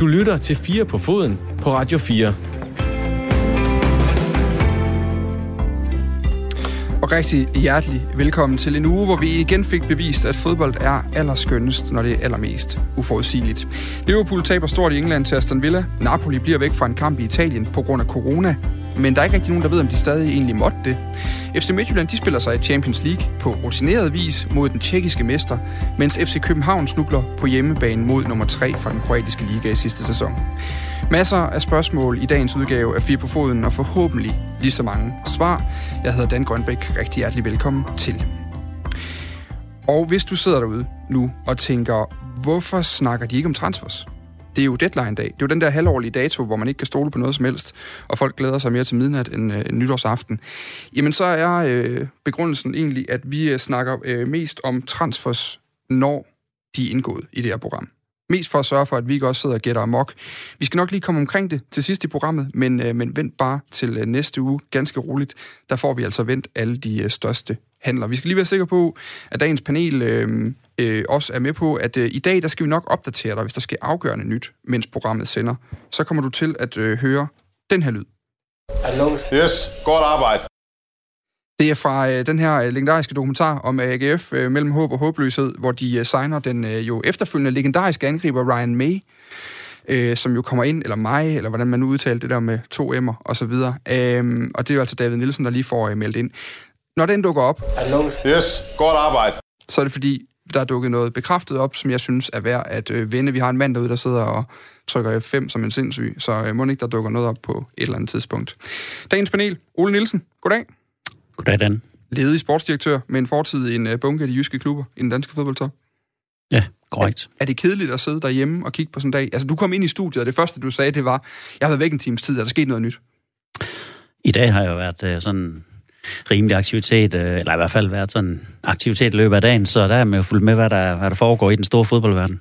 Du lytter til 4 på foden på Radio 4. Og rigtig hjertelig velkommen til en uge, hvor vi igen fik bevist, at fodbold er allerskønnest, når det er allermest uforudsigeligt. Liverpool taber stort i England til Aston Villa. Napoli bliver væk fra en kamp i Italien på grund af corona. Men der er ikke rigtig nogen, der ved, om de stadig egentlig måtte det. FC Midtjylland de spiller sig i Champions League på rutineret vis mod den tjekkiske mester, mens FC København snubler på hjemmebane mod nummer 3 fra den kroatiske liga i sidste sæson. Masser af spørgsmål i dagens udgave af 4 på foden, og forhåbentlig lige så mange svar. Jeg hedder Dan Grønbæk. Rigtig hjertelig velkommen til. Og hvis du sidder derude nu og tænker, hvorfor snakker de ikke om transfers? Det er jo deadline-dag. Det er jo den der halvårlige dato, hvor man ikke kan stole på noget som helst, og folk glæder sig mere til midnat end nytårsaften. Jamen så er begrundelsen egentlig, at vi snakker mest om transfers, når de er indgået i det her program. Mest for at sørge for, at vi ikke også sidder og gætter amok. Vi skal nok lige komme omkring det til sidst i programmet, men vent bare til næste uge, ganske roligt. Der får vi altså vendt alle de største handler. Vi skal lige være sikre på, at dagens panel også er med på, at i dag der skal vi nok opdatere dig, hvis der sker afgørende nyt, mens programmet sender. Så kommer du til at høre den her lyd. Yes, godt arbejde. Det er fra den her legendariske dokumentar om AGF mellem håb og håbløshed, hvor de signer den jo efterfølgende legendariske angriber Ryan May, som jo kommer ind, eller mig, eller hvordan man nu udtaler det der med 2 M'er og så videre. Og det er jo altså David Nielsen, der lige får meldt ind. Når den dukker op, Yes, godt arbejde. så er det fordi, der er dukket noget bekræftet op, som jeg synes er værd at vende. Vi har en mand derude, der sidder og trykker F5 som en sindssyg, så må ikke der dukker noget op på et eller andet tidspunkt. Dagens panel, Ole Nielsen, goddag. Goddag, Dan. Ledig sportsdirektør med en fortid i en bunke af de jyske klubber i den danske fodboldtop. Ja, korrekt. Er det kedeligt at sidde derhjemme og kigge på sådan en dag? Altså, du kom ind i studiet, og det første, du sagde, det var, jeg har været væk en times tid, er der sket noget nyt? I dag har jo været sådan rimelig aktivitet, eller i hvert fald været sådan aktivitet i løbet af dagen, så der er man jo fuldt med, hvad der foregår i den store fodboldverden.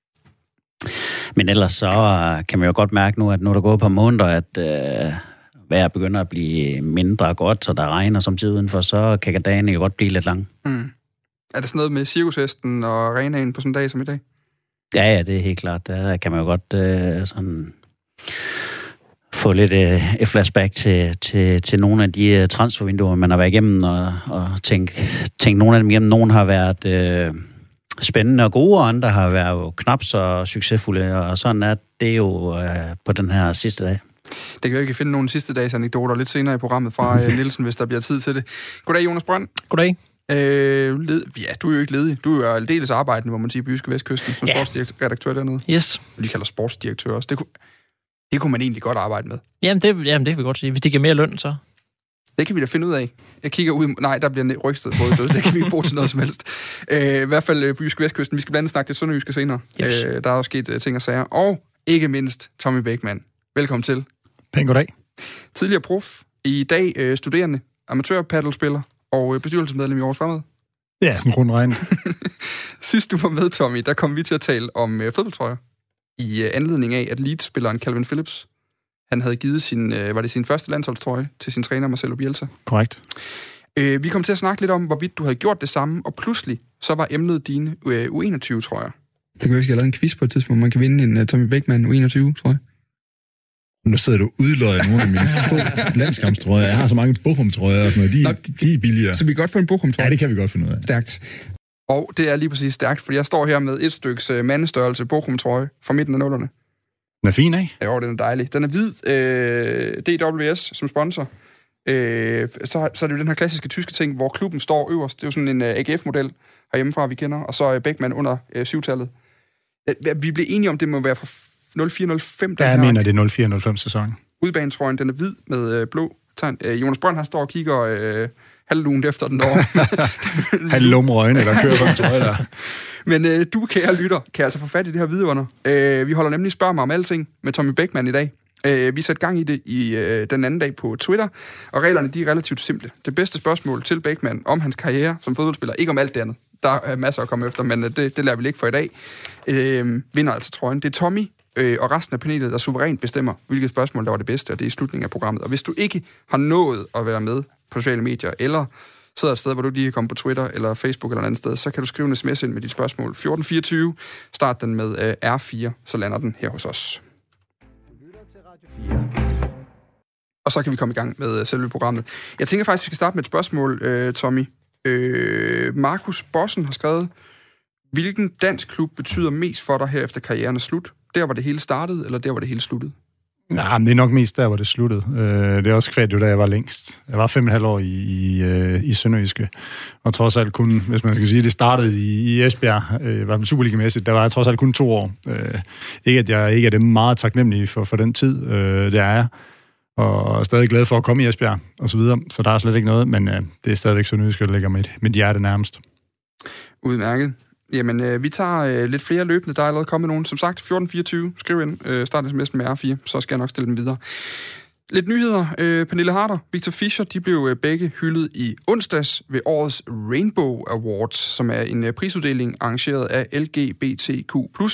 Men ellers så kan man jo godt mærke nu, at nu er der gået et par måneder, at vejret begynder at blive mindre godt, så der regner samtidig udenfor, så kan dagene jo godt blive lidt lange. Mm. Er det sådan noget med cirkushesten og arenaen på sådan en dag som i dag? Ja, det er helt klart. Der kan man jo godt sådan få lidt et flashback til nogle af de transfervinduer, man har været igennem, og tænke nogle af dem igennem. Nogle har været spændende og gode, og andre har været knap så succesfulde, og sådan er det jo på den her sidste dag. Det kan jo ikke finde nogle sidste dags anekdoter lidt senere i programmet fra Nielsen, hvis der bliver tid til det. Goddag, Jonas Brønd. Goddag. Ja, du er jo ikke ledig. Du er jo aldeles arbejdende, hvor man siger, på Jyske Vestkysten, som sportsredaktør dernede. Yes. De kalder sportsdirektør også. Det kunne man egentlig godt arbejde med. Jamen, det kan vi godt sige. Hvis det giver mere løn, så... Det kan vi da finde ud af. Jeg kigger ud... Nej, der bliver rystet både død. Det kan vi ikke bruge til noget som helst. I hvert fald på Jyske Vestkysten. Vi skal blandt andet snakke til Sønderjyske senere. Yes. Der er også sket ting og sager. Og ikke mindst Tommy Bækman. Velkommen til. Pæn goddag. Tidligere prof. I dag studerende, amatørpaddelspiller og bestyrelsesmedlem i Aarhus Fremad. Ja, sådan rundt regn. Sidst du var med, Tommy, der kom vi til at tale om fodboldtrøjer. I anledning af, at Leeds-spilleren Calvin Phillips, han havde givet sin første landsholdstrøje til sin træner Marcelo Bielsa. Korrekt. Vi kom til at snakke lidt om, hvorvidt du havde gjort det samme, og pludselig så var emnet dine U21-trøjer. Det kan vi også have lavet en quiz på et tidspunkt, man kan vinde en Tommy Bækman U21-trøje. Nu sidder du udløjer nogle af mine få landskampstrøjer. Jeg har så mange Bochum-trøjer og sådan noget. De er billigere. Så vi kan godt få en Bochum-trøje? Ja, det kan vi godt finde ud af. Stærkt. Og det er lige præcis stærkt, fordi jeg står her med et styks mandestørrelse Bochum-trøje fra midten af nullerne. Den er fin, ikke? Ja, den er dejlig. Den er hvid. DWS som sponsor. Så er det jo den her klassiske tyske ting, hvor klubben står øverst. Det er jo sådan en AGF-model herhjemmefra, vi kender. Og så er Bækman under 7-tallet. Vi blev enige om, det må være fra 04-05. Ja, jeg mener, det er 04-05 sæson. Udbanetrøjen, den er hvid med blå tegn. Jonas Brønd, han står og kigger halvlunt efter den år. Halvlumrøgne, der kører på en trøje der. Men du, kære lytter, kan altså få fat i det her vidunder. Vi holder nemlig spørg mig om alting med Tommy Bækman i dag. Vi satte gang i det den anden dag på Twitter, og reglerne de er relativt simple. Det bedste spørgsmål til Bækman om hans karriere som fodboldspiller, ikke om alt det andet. Der er masser at komme efter, men det lader vi ikke for i dag. Vinder altså trøjen. Det er Tommy og resten af panelet, der suverænt bestemmer, hvilket spørgsmål der var det bedste, og det er i slutningen af programmet. Og hvis du ikke har nået at være med på sociale medier, eller sidder et sted, hvor du lige kan komme på Twitter eller Facebook eller et andet sted, så kan du skrive en sms ind med dit spørgsmål. 1424, start den med R4, så lander den her hos os. og så kan vi komme i gang med selve programmet. Jeg tænker faktisk, vi skal starte med et spørgsmål, Tommy. Markus Bossen har skrevet, hvilken dansk klub betyder mest for dig her efter karrieren er slut? Der, hvor det hele startede, eller der, hvor det hele sluttede? Nej, men det er nok mest der, hvor det sluttede. Det er også kvært jo, da jeg var længst. Jeg var 5,5 år i Sønderjyske, og trods alt kun, hvis man skal sige, det startede i Esbjerg, i hvert fald Superliga-mæssigt, der var jeg trods alt kun 2 år. Ikke at jeg ikke er dem meget taknemmelig for den tid, det er jeg, og stadig glad for at komme i Esbjerg, og så videre, så der er slet ikke noget, men det er stadigvæk Sønderjyske, der ligger mit hjerte nærmest. Udmærket. Jamen, vi tager lidt flere løbende. Der er allerede kommet nogen. Som sagt, 1424. Skriv ind. Start sms'en med R4, så skal jeg nok stille dem videre. Lidt nyheder. Pernille Harder, Victor Fischer, de blev begge hyldet i onsdags ved årets Rainbow Awards, som er en prisuddeling arrangeret af LGBTQ+.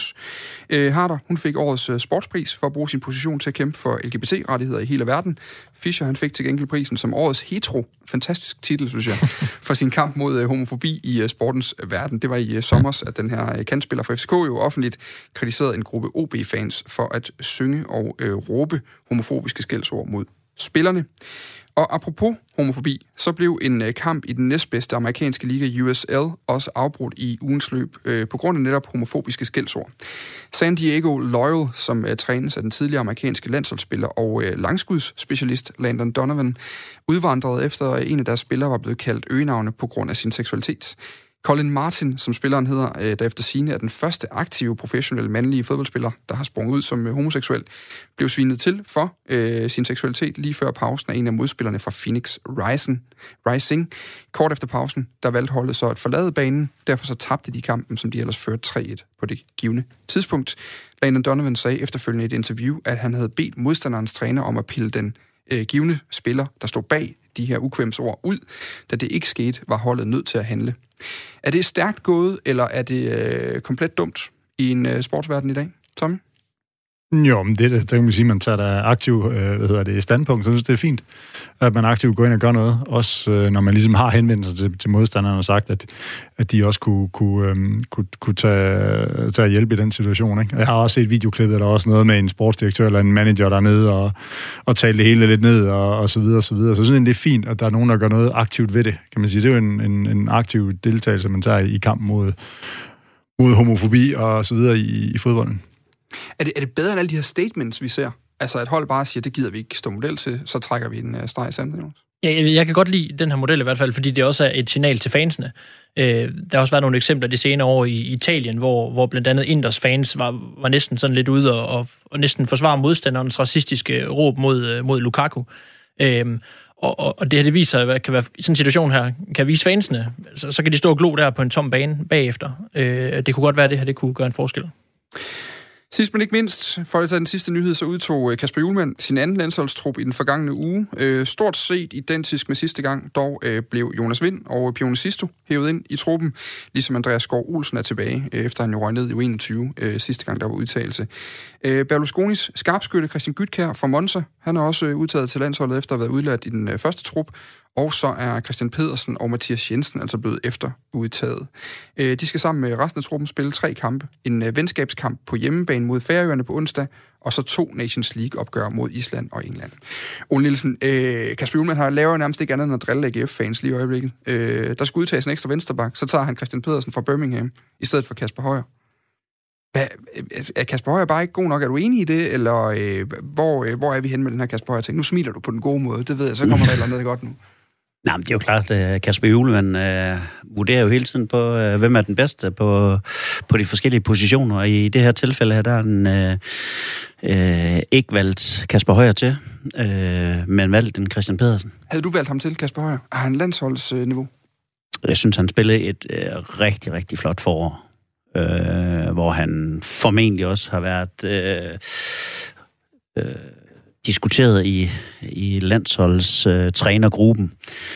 Harder, hun fik årets sportspris for at bruge sin position til at kæmpe for LGBT-rettigheder i hele verden. Fischer, han fik til gengæld prisen som årets hetero. Fantastisk titel, synes jeg, for sin kamp mod homofobi i sportens verden. Det var i sommers, at den her kantspiller fra FCK jo offentligt kritiserede en gruppe OB-fans for at synge og råbe homofobiske skældsord mod spillerne. Og apropos homofobi, så blev en kamp i den næstbedste amerikanske liga USL også afbrudt i ugens løb på grund af netop homofobiske skældsord. San Diego Loyal, som trænes af den tidligere amerikanske landsholdsspiller og langskudsspecialist Landon Donovan, udvandrede efter en af deres spillere var blevet kaldt øgenavne på grund af sin seksualitet. Colin Martin, som spilleren hedder, der efter sigende er den første aktive professionelle mandlige fodboldspiller, der har sprunget ud som homoseksuel, blev svinet til for sin seksualitet lige før pausen af en af modspillerne fra Phoenix Rising. Kort efter pausen, der valgte holdet så at forlade banen, derfor så tabte de kampen, som de ellers førte 3-1 på det givne tidspunkt. Landon Donovan sagde efterfølgende i et interview, at han havde bedt modstanderens træner om at pille den givne spiller, der stod bag de her ukvemsord ud. Da det ikke skete, var holdet nødt til at handle. Er det stærkt gået, eller er det komplet dumt i en sportsverden i dag, Tommy? Jo, men det kan man sige, man tager der aktiv standpunkt, så synes det er fint, at man aktivt går ind og gør noget, også når man ligesom har henvendt sig til modstanderne og sagt, at de også kunne tage hjælp i den situation. Ikke? Jeg har også set videoklippet, der er også noget med en sportsdirektør eller en manager dernede og tale det hele lidt ned og så videre og så videre. Så jeg synes, det er fint, at der er nogen, der gør noget aktivt ved det, kan man sige. Det er jo en aktiv deltagelse, man tager i kampen mod homofobi og så videre i fodbolden. Er det bedre end alle de her statements, vi ser? Altså, at hold bare siger, det gider vi ikke stå model til, så trækker vi en streg i sandet. Jeg kan godt lide den her model i hvert fald, fordi det også er et signal til fansene. Der har også været nogle eksempler de senere år i Italien, hvor blandt andet Inters fans var næsten sådan lidt ude og næsten forsvare modstanderens racistiske råb mod Lukaku. Og det her, det viser, hvad kan være sådan en situation her, kan vise fansene, så kan de stå og glo der på en tom bane bagefter. Det kunne godt være, det her det kunne gøre en forskel. Sidst men ikke mindst, for at tage den sidste nyhed, så udtog Kasper Hjulmand sin anden landsholdstrup i den forgangne uge. Stort set identisk med sidste gang, dog blev Jonas Vind og Pione Sisto hævet ind i truppen, ligesom Andreas Skov Olsen er tilbage, efter han jo røg ned i U21 sidste gang, der var udtagelse. Berlusconis skarpskytte Christian Gytkjær fra Monza, han er også udtaget til landsholdet efter at have været udladt i den første trup. Og så er Christian Pedersen og Mathias Jensen altså blevet efterudtaget. De skal sammen med resten af truppen spille 3 kampe. En venskabskamp på hjemmebane mod Færøerne på onsdag, og så 2 Nations League-opgør mod Island og England. Ole Nielsen, Kasper Hjulmand har lavet nærmest ikke andet end at drille AGF-fans lige i øjeblikket. Der skal udtages en ekstra vensterbak, så tager han Christian Pedersen fra Birmingham, i stedet for Kasper Højer. Er Kasper Højer bare ikke god nok? Er du enig i det, eller hvor er vi henne med den her Kasper Højer-ting? Nu smiler du på den gode måde, det ved jeg, så kommer der et eller andet godt nu. Nej, men det er jo klart, at Kasper Hjulmand vurderer jo hele tiden på, hvem er den bedste på de forskellige positioner. Og i det her tilfælde her, der er den ikke valgt Kasper Højer til, men valgt en Christian Pedersen. Havde du valgt ham til, Kasper Højer? Har han landsholdsniveau? Jeg synes, han spillede et rigtig, rigtig flot forår, hvor han formentlig også har været diskuteret i landsholdets trænergruppen.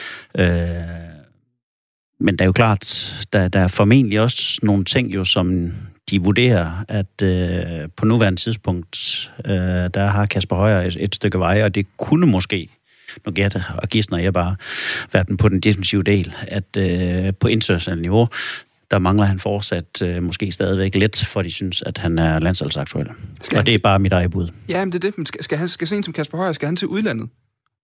Men det er jo klart, der er formentlig også nogle ting, jo, som de vurderer, at på nuværende tidspunkt, der har Kasper Højer et stykke vej, og det kunne måske, nu gætter og gisner jeg bare, været den på den defensive del, at på internationalt niveau, der mangler han fortsat måske stadigvæk lidt, for de synes, at han er landsholdsaktuel. Og det er bare mit eget bud. Ja, men det er det. Men skal sådan en som Kasper Højer, skal han til udlandet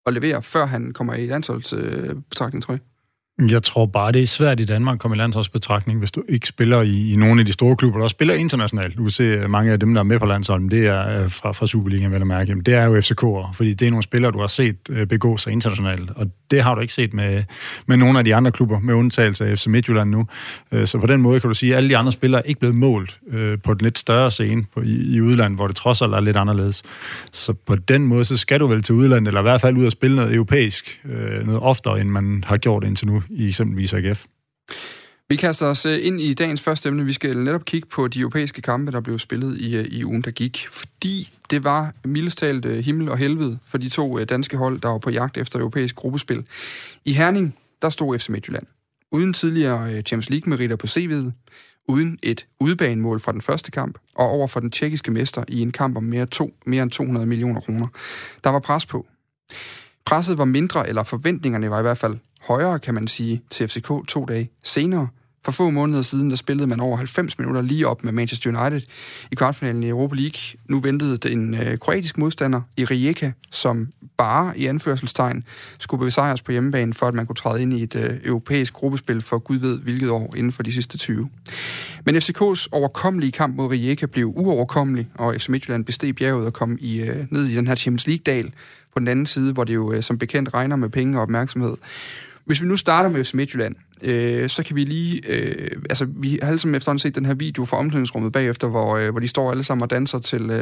at levere, før han kommer i landsholdsbetragtning, tror jeg? Jeg tror bare, det er svært i Danmark at komme i landsholdsbetragtning, hvis du ikke spiller i nogle af de store klubber, der også spiller internationalt. Du kan se, mange af dem, der er med på landsholdet, det er fra Superligaen, vel at mærke. Det er jo FCK'ere, fordi det er nogle spillere, du har set begå sig internationalt, og det har du ikke set med nogle af de andre klubber, med undtagelse af FC Midtjylland nu. Så på den måde kan du sige, at alle de andre spillere er ikke blevet målt på den lidt større scene i udlandet, hvor det trods alt er lidt anderledes. Så på den måde, så skal du vel til udlandet, eller i hvert fald ud og spille noget europæisk, noget oftere, end man har gjort indtil nu i eksempelvis AGF. Vi kaster os ind i dagens første emne. Vi skal netop kigge på de europæiske kampe, der blev spillet i ugen, der gik. Fordi det var mildest talt himmel og helvede for de to danske hold, der var på jagt efter europæisk gruppespil. I Herning, der stod FC Midtjylland. Uden tidligere Champions League-meritter på CV'et, uden et udbanemål fra den første kamp, og over for den tjekkiske mester i en kamp om mere end 200 millioner kroner. Der var pres på. Presset var mindre, eller forventningerne var i hvert fald højere, kan man sige, til FCK 2 dage senere. For få måneder siden, der spillede man over 90 minutter lige op med Manchester United i kvartfinalen i Europa League. Nu ventede en kroatisk modstander i Rijeka, som bare i anførselstegn skulle besejres på hjemmebane, for at man kunne træde ind i et europæisk gruppespil for Gud ved hvilket år inden for de sidste 20. Men FCK's overkommelige kamp mod Rijeka blev uoverkommelig, og FC Midtjylland besteg bjerget og kom ned i den her Champions League-dal på den anden side, hvor det jo som bekendt regner med penge og opmærksomhed. Hvis vi nu starter med FC Midtjylland, så kan vi lige... vi har alle sammen efterhånden set den her video fra omklædningsrummet bagefter, hvor de står alle sammen og danser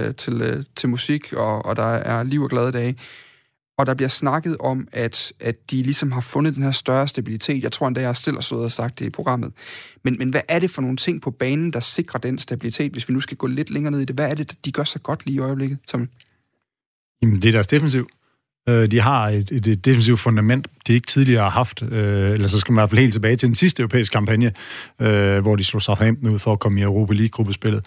til musik, og der er liv og glade dage. Og der bliver snakket om, at de ligesom har fundet den her større stabilitet. Jeg tror endda, jeg selv har stået og sagt det i programmet. Men hvad er det for nogle ting på banen, der sikrer den stabilitet, hvis vi nu skal gå lidt længere ned i det? Hvad er det, de gør så godt lige i øjeblikket, Tommy? Jamen, det er deres defensiv. De har et defensivt fundament, de ikke tidligere har haft, eller så skal man i hvert fald helt tilbage til den sidste europæiske kampagne, hvor de slog Southampton ud for at komme i Europa League-gruppespillet.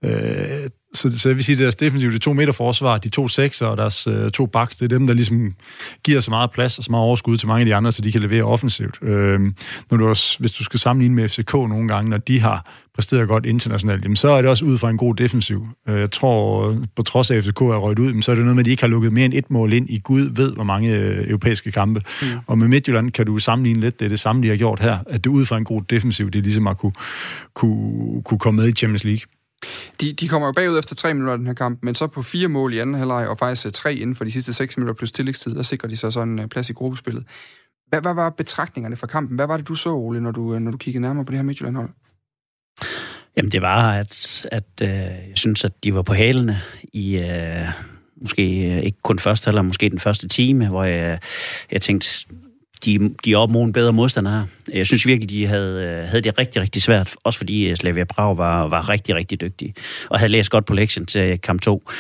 Så jeg vil sige, at deres defensiv, det 2 meter forsvar, de 2 sekser og deres 2 backs, det er dem, der ligesom giver så meget plads og så meget overskud til mange af de andre, så de kan levere offensivt. Hvis du skal sammenligne med FCK nogle gange, når de har præsteret godt internationalt, jamen, så er det også ud fra en god defensiv. Jeg tror, på trods af at FCK er røget ud, så er det noget med, at de ikke har lukket mere end 1 mål ind i Gud ved, hvor mange europæiske kampe. Og med Midtjylland kan du sammenligne lidt, det er det samme, de har gjort her, at det ud fra en god defensiv, det er ligesom at kunne komme med i Champions League. De kommer jo bagud efter 3 minutter i den her kamp, men så på 4 mål i anden halvleg, og faktisk 3 inden for de sidste 6 minutter plus tillægstid, der sikrer de så sådan en plads i gruppespillet. Hvad var betragtningerne fra kampen? Hvad var det, du så, Ole, når du kiggede nærmere på det her Midtjylland-hold? Jamen, det var, at jeg synes, at de var på hælene i måske ikke kun første halvleg, måske den første time, hvor jeg tænkte, de er op mod en bedre modstander her. Jeg synes virkelig, de havde det rigtig, rigtig svært. Også fordi Slavia Prag var rigtig, rigtig dygtige. Og havde læst godt på lektien til kamp 2.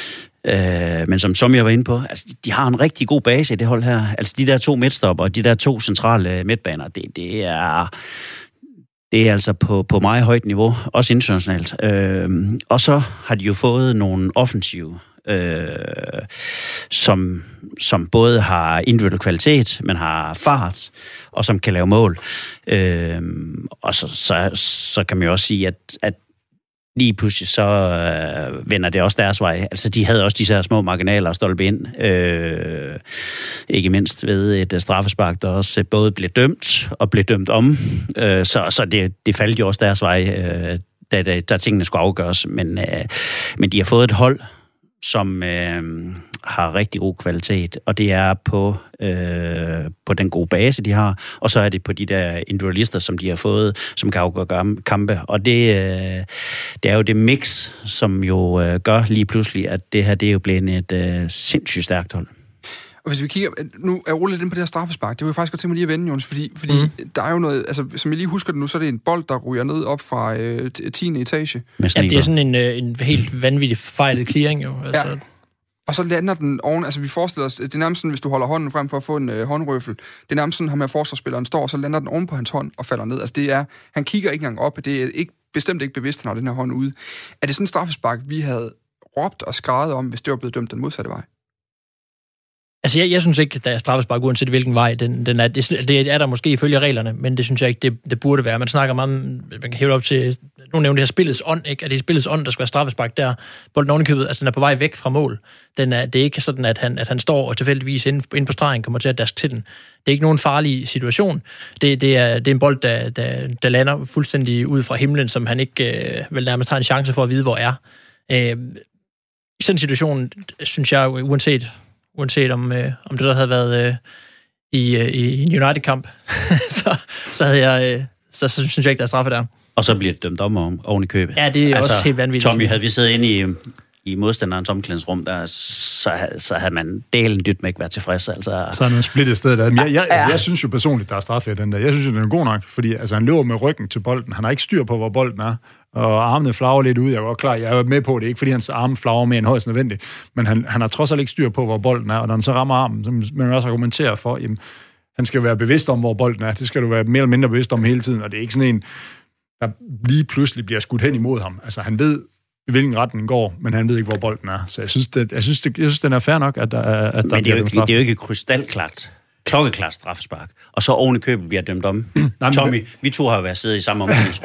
Men som jeg var inde på, altså, de har en rigtig god base i det hold her. Altså de der 2 midtstopper og de der 2 centrale midtbaner, det er altså på meget højt niveau, også internationalt. Og så har de jo fået nogle offensive, som både har individuel kvalitet, men har fart, og som kan lave mål. Og så kan man jo også sige, at lige pludselig så vender det også deres vej. Altså, de havde også de her små marginaler at stolpe ind. Ikke mindst ved et straffespark, der også både blev dømt og blev dømt om. Så det faldt jo også deres vej, da tingene skulle afgøres. Men de har fået et hold, som har rigtig god kvalitet, og det er på den gode base, de har, og så er det på de der individualister, som de har fået, som kan afgøre kampe. Og det er jo det mix, som jo gør lige pludselig, at det her, det er jo blevet et sindssygt stærkt hold. Og hvis vi kigger, nu er Ole lidt inde på det her straffespark, det vil jeg faktisk godt tænke mig lige at vende, Jonas, fordi der er jo noget, altså som jeg lige husker det nu, så er det en bold, der ryger ned op fra 10. etage. Ja, det er sådan en helt vanvittig fejlet clearing jo. Altså. Ja. Og så lander den oven, altså vi forestiller os, det er nærmest sådan, hvis du holder hånden frem for at få en håndrøffel, det er nærmest sådan, ham her forsvarsspilleren står, og så lander den oven på hans hånd og falder ned. Altså han kigger ikke engang op, det er bestemt ikke bevidst, han har den her hånd ude. Er det sådan en straffespark, vi havde råbt og skreget om, hvis det var blevet dømt den modsatte vej? Altså, jeg synes ikke, der er straffespark, uanset hvilken vej den er. Det er der måske ifølge reglerne, men det synes jeg ikke, det burde være. Man snakker meget om, man kan hæve op til, nu nævner det her spillets ånd, ikke? At det er spillets ånd, der skal være straffespark der. Bolden ovenikøbet, altså den er på vej væk fra mål. Det er ikke sådan, at han står og tilfældigvis inde på stregen kommer til at daske til den. Det er ikke nogen farlig situation. Det er en bold, der lander fuldstændig ud fra himlen, som han ikke vel nærmest har en chance for at vide, hvor er. I sådan en situation, synes jeg, uanset om det så havde været i en United-kamp, så synes jeg ikke, der er straffe der. Og så bliver det dømt om oven i købet. Ja, det er også helt vanvittigt. Tommy, havde vi siddet inde i modstanderens omklædningsrum, der, så havde man delen dybt med ikke været tilfreds. Altså. Så er man splittet sted der. Jeg synes jo personligt, der er straffe i den der. Jeg synes jo, den er god nok, fordi altså, han løber med ryggen til bolden. Han har ikke styr på, hvor bolden er. Og armene flager lidt ud. Jeg er godt klar, jeg er med på det. Ikke fordi hans arme flager mere end højst nødvendigt. Men han har trods alt ikke styr på, hvor bolden er. Og når han så rammer armen, så man også argumentere for, jamen, han skal være bevidst om, hvor bolden er. Det skal du være mere eller mindre bevidst om hele tiden. Og det er ikke sådan en, der lige pludselig bliver skudt hen imod ham. Altså, han ved, i hvilken retning går, men han ved ikke, hvor bolden er. Så jeg synes den er fair nok, at der men det er jo ikke krystalklart. Klokkeklart straffespark. Og så oven i købet bliver dømt om. Tommy, vi to har jo været siddet i samme omklædningsrum.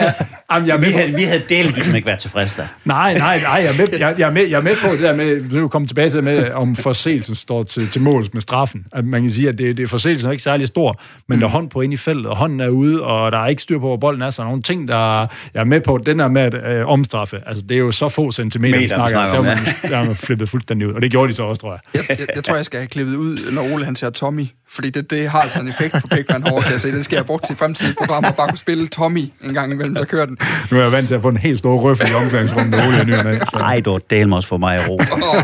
Vi havde delt, vi ikke været tilfreds der. Nej, jeg er med på det der med, du kommer tilbage til det med, om forseelsen står til måls med straffen. At man kan sige, at det forseelsen er ikke særlig stor, men der er hånd på ind i feltet, og hånden er ude, og der er ikke styr på, hvor bolden er. Så nogle ting, der jeg er med på, den der med at omstraffe. Altså, det er jo så få centimeter, vi snakker om. Der har man flippet fuldstændig ud, og det gjorde de så også, tror jeg. Jeg tror, jeg skal have klippet ud, når Ole han siger Tommy, fordi det har altså en effekt på Pikman hårdt, kan jeg se. Det skal jeg bruge til fremtidige programmer, bare kunne spille Tommy en gang imellem, så kører den. Nu er jeg vant til at få en helt stor røffel i omklædningsrummet med Ole og nyerne. Nej, du delen også for mig i ro.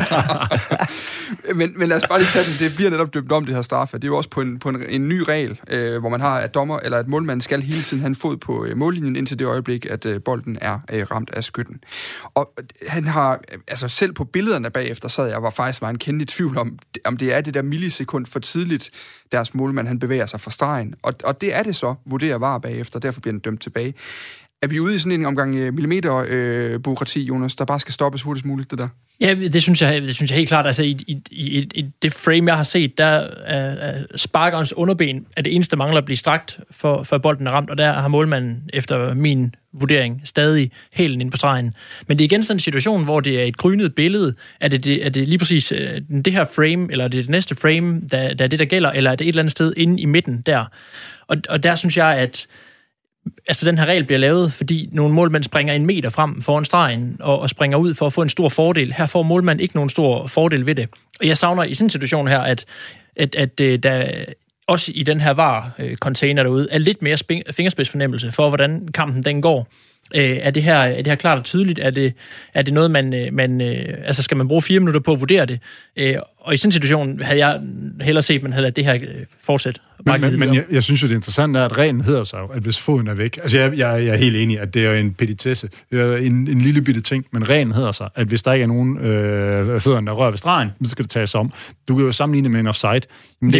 Men lad os bare lige tage den. Det bliver netop dømt om, det her straffe. Det er jo også på en ny regel, hvor man har, at dommer eller at målmand skal hele tiden have en fod på mållinjen, indtil det øjeblik, at bolden er ramt af skytten. Og han har, altså selv på billederne bagefter, sad jeg var en kendelig tvivl om det er det der millisekund for tidligt, deres målmand, han bevæger sig fra stregen. Og det er det så, vurderer VAR bagefter, derfor bliver den dømt tilbage. Er vi ude i sådan en omgang millimeter-bureaukrati, Jonas, der bare skal stoppes hurtigst muligt, det der? Ja, det synes jeg helt klart. Altså, i det frame, jeg har set, der er sparkerens underben er det eneste, der mangler at blive strakt, for bolden er ramt, og der har målmanden, efter min vurdering, stadig hælen ind på stregen. Men det er igen sådan en situation, hvor det er et grynet billede. Er det lige præcis det her frame, eller er det næste frame, der er det, der gælder, eller er det et eller andet sted inde i midten der? Og der synes jeg, at altså, den her regel bliver lavet, fordi nogle målmænd springer 1 meter frem foran stregen og springer ud for at få en stor fordel. Her får målmanden ikke nogen stor fordel ved det. Og jeg savner i sådan en situation her, at der også i den her VAR-container derude er lidt mere fingerspidsfornemmelse for, hvordan kampen den går. Er det her klart og tydeligt? Er det noget, man altså skal man bruge 4 minutter på at vurdere det? Og i sådan en situation havde jeg hellere set, man havde ladet det her fortsætte. Men jeg synes jo, det interessante er, at reglen hedder sig, at hvis foden er væk. Altså, jeg er helt enig, at det er en petitesse. Det er en lille bitte ting, men reglen hedder sig, at hvis der ikke er nogen fødderne, der rører ved stregen, så skal det tages om. Du kan jo sammenligne med en offside. Men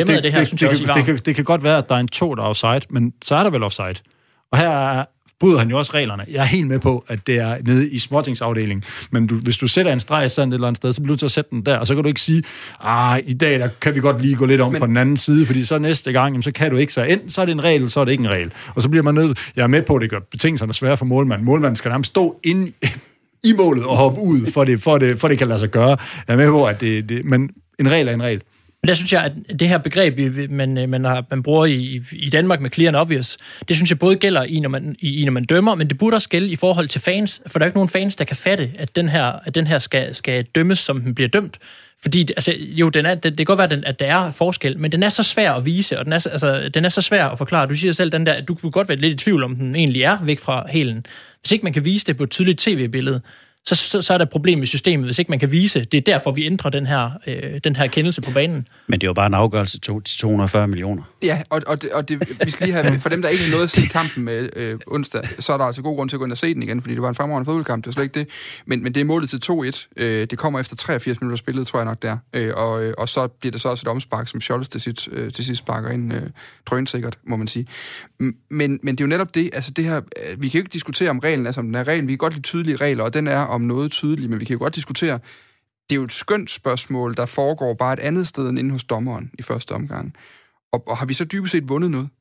det kan godt være, at der er en tå, der er offside, men så er der vel offside. Og her bryder han jo også reglerne. Jeg er helt med på, at det er nede i småtingsafdelingen. Men hvis du sætter en streg sådan et eller andet sted, så bliver du til at sætte den der, og så kan du ikke sige, i dag der kan vi godt lige gå lidt om på den anden side, fordi så næste gang, jamen, så kan du ikke. Så enten så er det en regel, så er det ikke en regel. Og så bliver man nødt. Jeg er med på, at det gør betingelserne svære for målmanden. Målmanden skal nærmest stå inde i målet og hoppe ud, for det kan lade sig gøre. Jeg er med på, at men en regel er en regel. Men der synes jeg, at det her begreb, man bruger i Danmark med clear and obvious, det synes jeg både gælder når man dømmer, men det burde også gælde i forhold til fans, for der er ikke nogen fans, der kan fatte, at den her skal dømmes, som den bliver dømt. Fordi, altså, jo, det kan godt være, at der er forskel, men den er så svær at vise, og den er så svær at forklare. Du siger selv, at du kunne godt være lidt i tvivl, om den egentlig er væk fra hælen. Hvis ikke man kan vise det på et tydeligt tv-billede, så er der et problem i systemet, hvis ikke man kan vise. Det er derfor, vi ændrer den her kendelse på banen. Men det er jo bare en afgørelse til 240 millioner. Ja, og det, vi skal lige have, for dem, der ikke nåede at se kampen med onsdag, så er der altså god grund til at gå ind og se den igen, fordi det var en fremragende fodboldkamp, det var slet ikke det. Men det er målet til 2-1. Det kommer efter 83 minutter spillet, tror jeg nok der. Og så bliver det så også et omspark, som Scholz til sidst sparker ind drønsikkert, må man sige. Men det er jo netop det, altså det her, vi kan jo ikke diskutere om reglen, altså om den er reglen, vi kan godt lide tydelige regler, og den er om noget tydeligt, men vi kan jo godt diskutere, det er jo et skønt spørgsmål, der foregår bare et andet sted end inde hos dommeren i første omgang. Og har vi så dybest set vundet noget?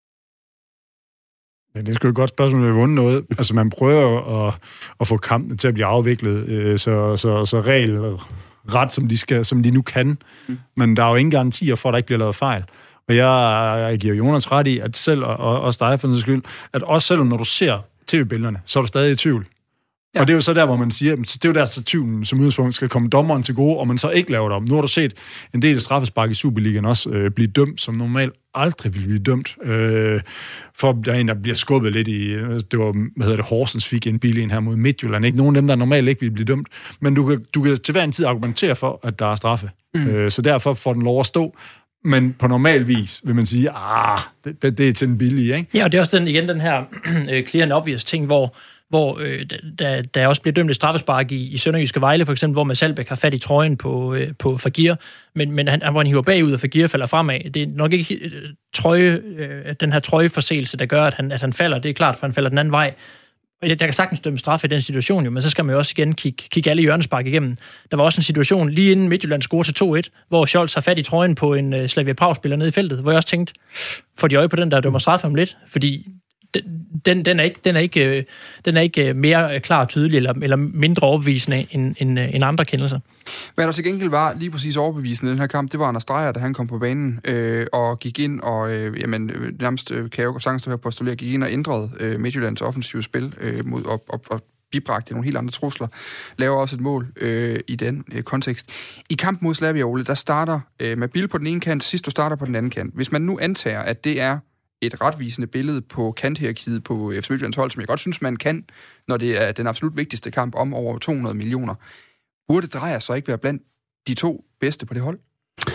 Ja, det er sgu et godt spørgsmål, at vi har vundet noget. Altså, man prøver at få kampen til at blive afviklet så regelret, som de nu kan. Men der er jo ingen garantier for, at der ikke bliver lavet fejl. Og jeg giver Jonas ret i, at selv, og også dig for den skyld, at også selvom når du ser tv-billederne, så er du stadig i tvivl. Ja. Og det er jo så der, hvor man siger, det er jo der, så tvivlen som udgangspunkt skal komme dommeren til gode, og man så ikke laver det om. Nu har du set en del straffespark i Superligaen også blive dømt, som normalt aldrig ville blive dømt. For der er en, der bliver skubbet lidt i, det var, Horsens fik en bil her mod Midtjylland. Ikke nogen af dem, der normalt ikke ville blive dømt. Men du kan til hver en tid argumentere for, at der er straffe. Så derfor får den lov at stå. Men på normal vis vil man sige, det er til den billige, ikke? Ja, og det er også den her clear and obvious ting, hvor der også bliver dømt et straffespark i Sønderjyske Vejle, for eksempel, hvor Mads Albeck har fat i trøjen på Fagir, men hvor han hiver bagud, og Fagir falder fremad. Det er nok ikke den her trøjeforseelse, der gør, at han falder. Det er klart, for han falder den anden vej. Der kan sagtens dømme straffe i den situation, jo, men så skal man jo også igen kigge alle hjørnespark igennem. Der var også en situation lige inden Midtjylland scorer til 2-1, hvor Scholz har fat i trøjen på en Slavia Prag-spiller nede i feltet, hvor jeg også tænkte, får de øje på den, der dømmer straffe om lidt, fordi den er ikke mere klar og tydelig eller mindre overbevisende end andre kendelser. Hvad der til gengæld var lige præcis overbevisende i den her kamp, det var Anders Dreyer, da han kom på banen og gik ind og nærmest kan jeg jo sagtens her postulere, gik ind og ændrede Midtjyllands offensive spil mod og bibragte nogle helt andre trusler, laver også et mål i den kontekst. I kampen mod Slavia, Ole, der starter Mabil på den ene kant, sidst du starter på den anden kant. Hvis man nu antager, at det er et retvisende billede på kanthierarkiet på FC Midtjyllands hold, som jeg godt synes, man kan, når det er den absolut vigtigste kamp om over 200 millioner. Burde Dreyer så ikke være blandt de to bedste på det hold?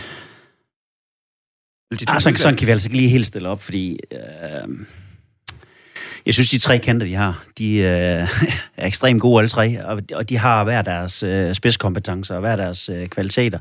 Sådan kan vi altså ikke lige helt stille op, fordi jeg synes, de tre kanter, de har, de er ekstremt gode alle tre, og de har hver deres spidskompetencer og hver deres kvaliteter.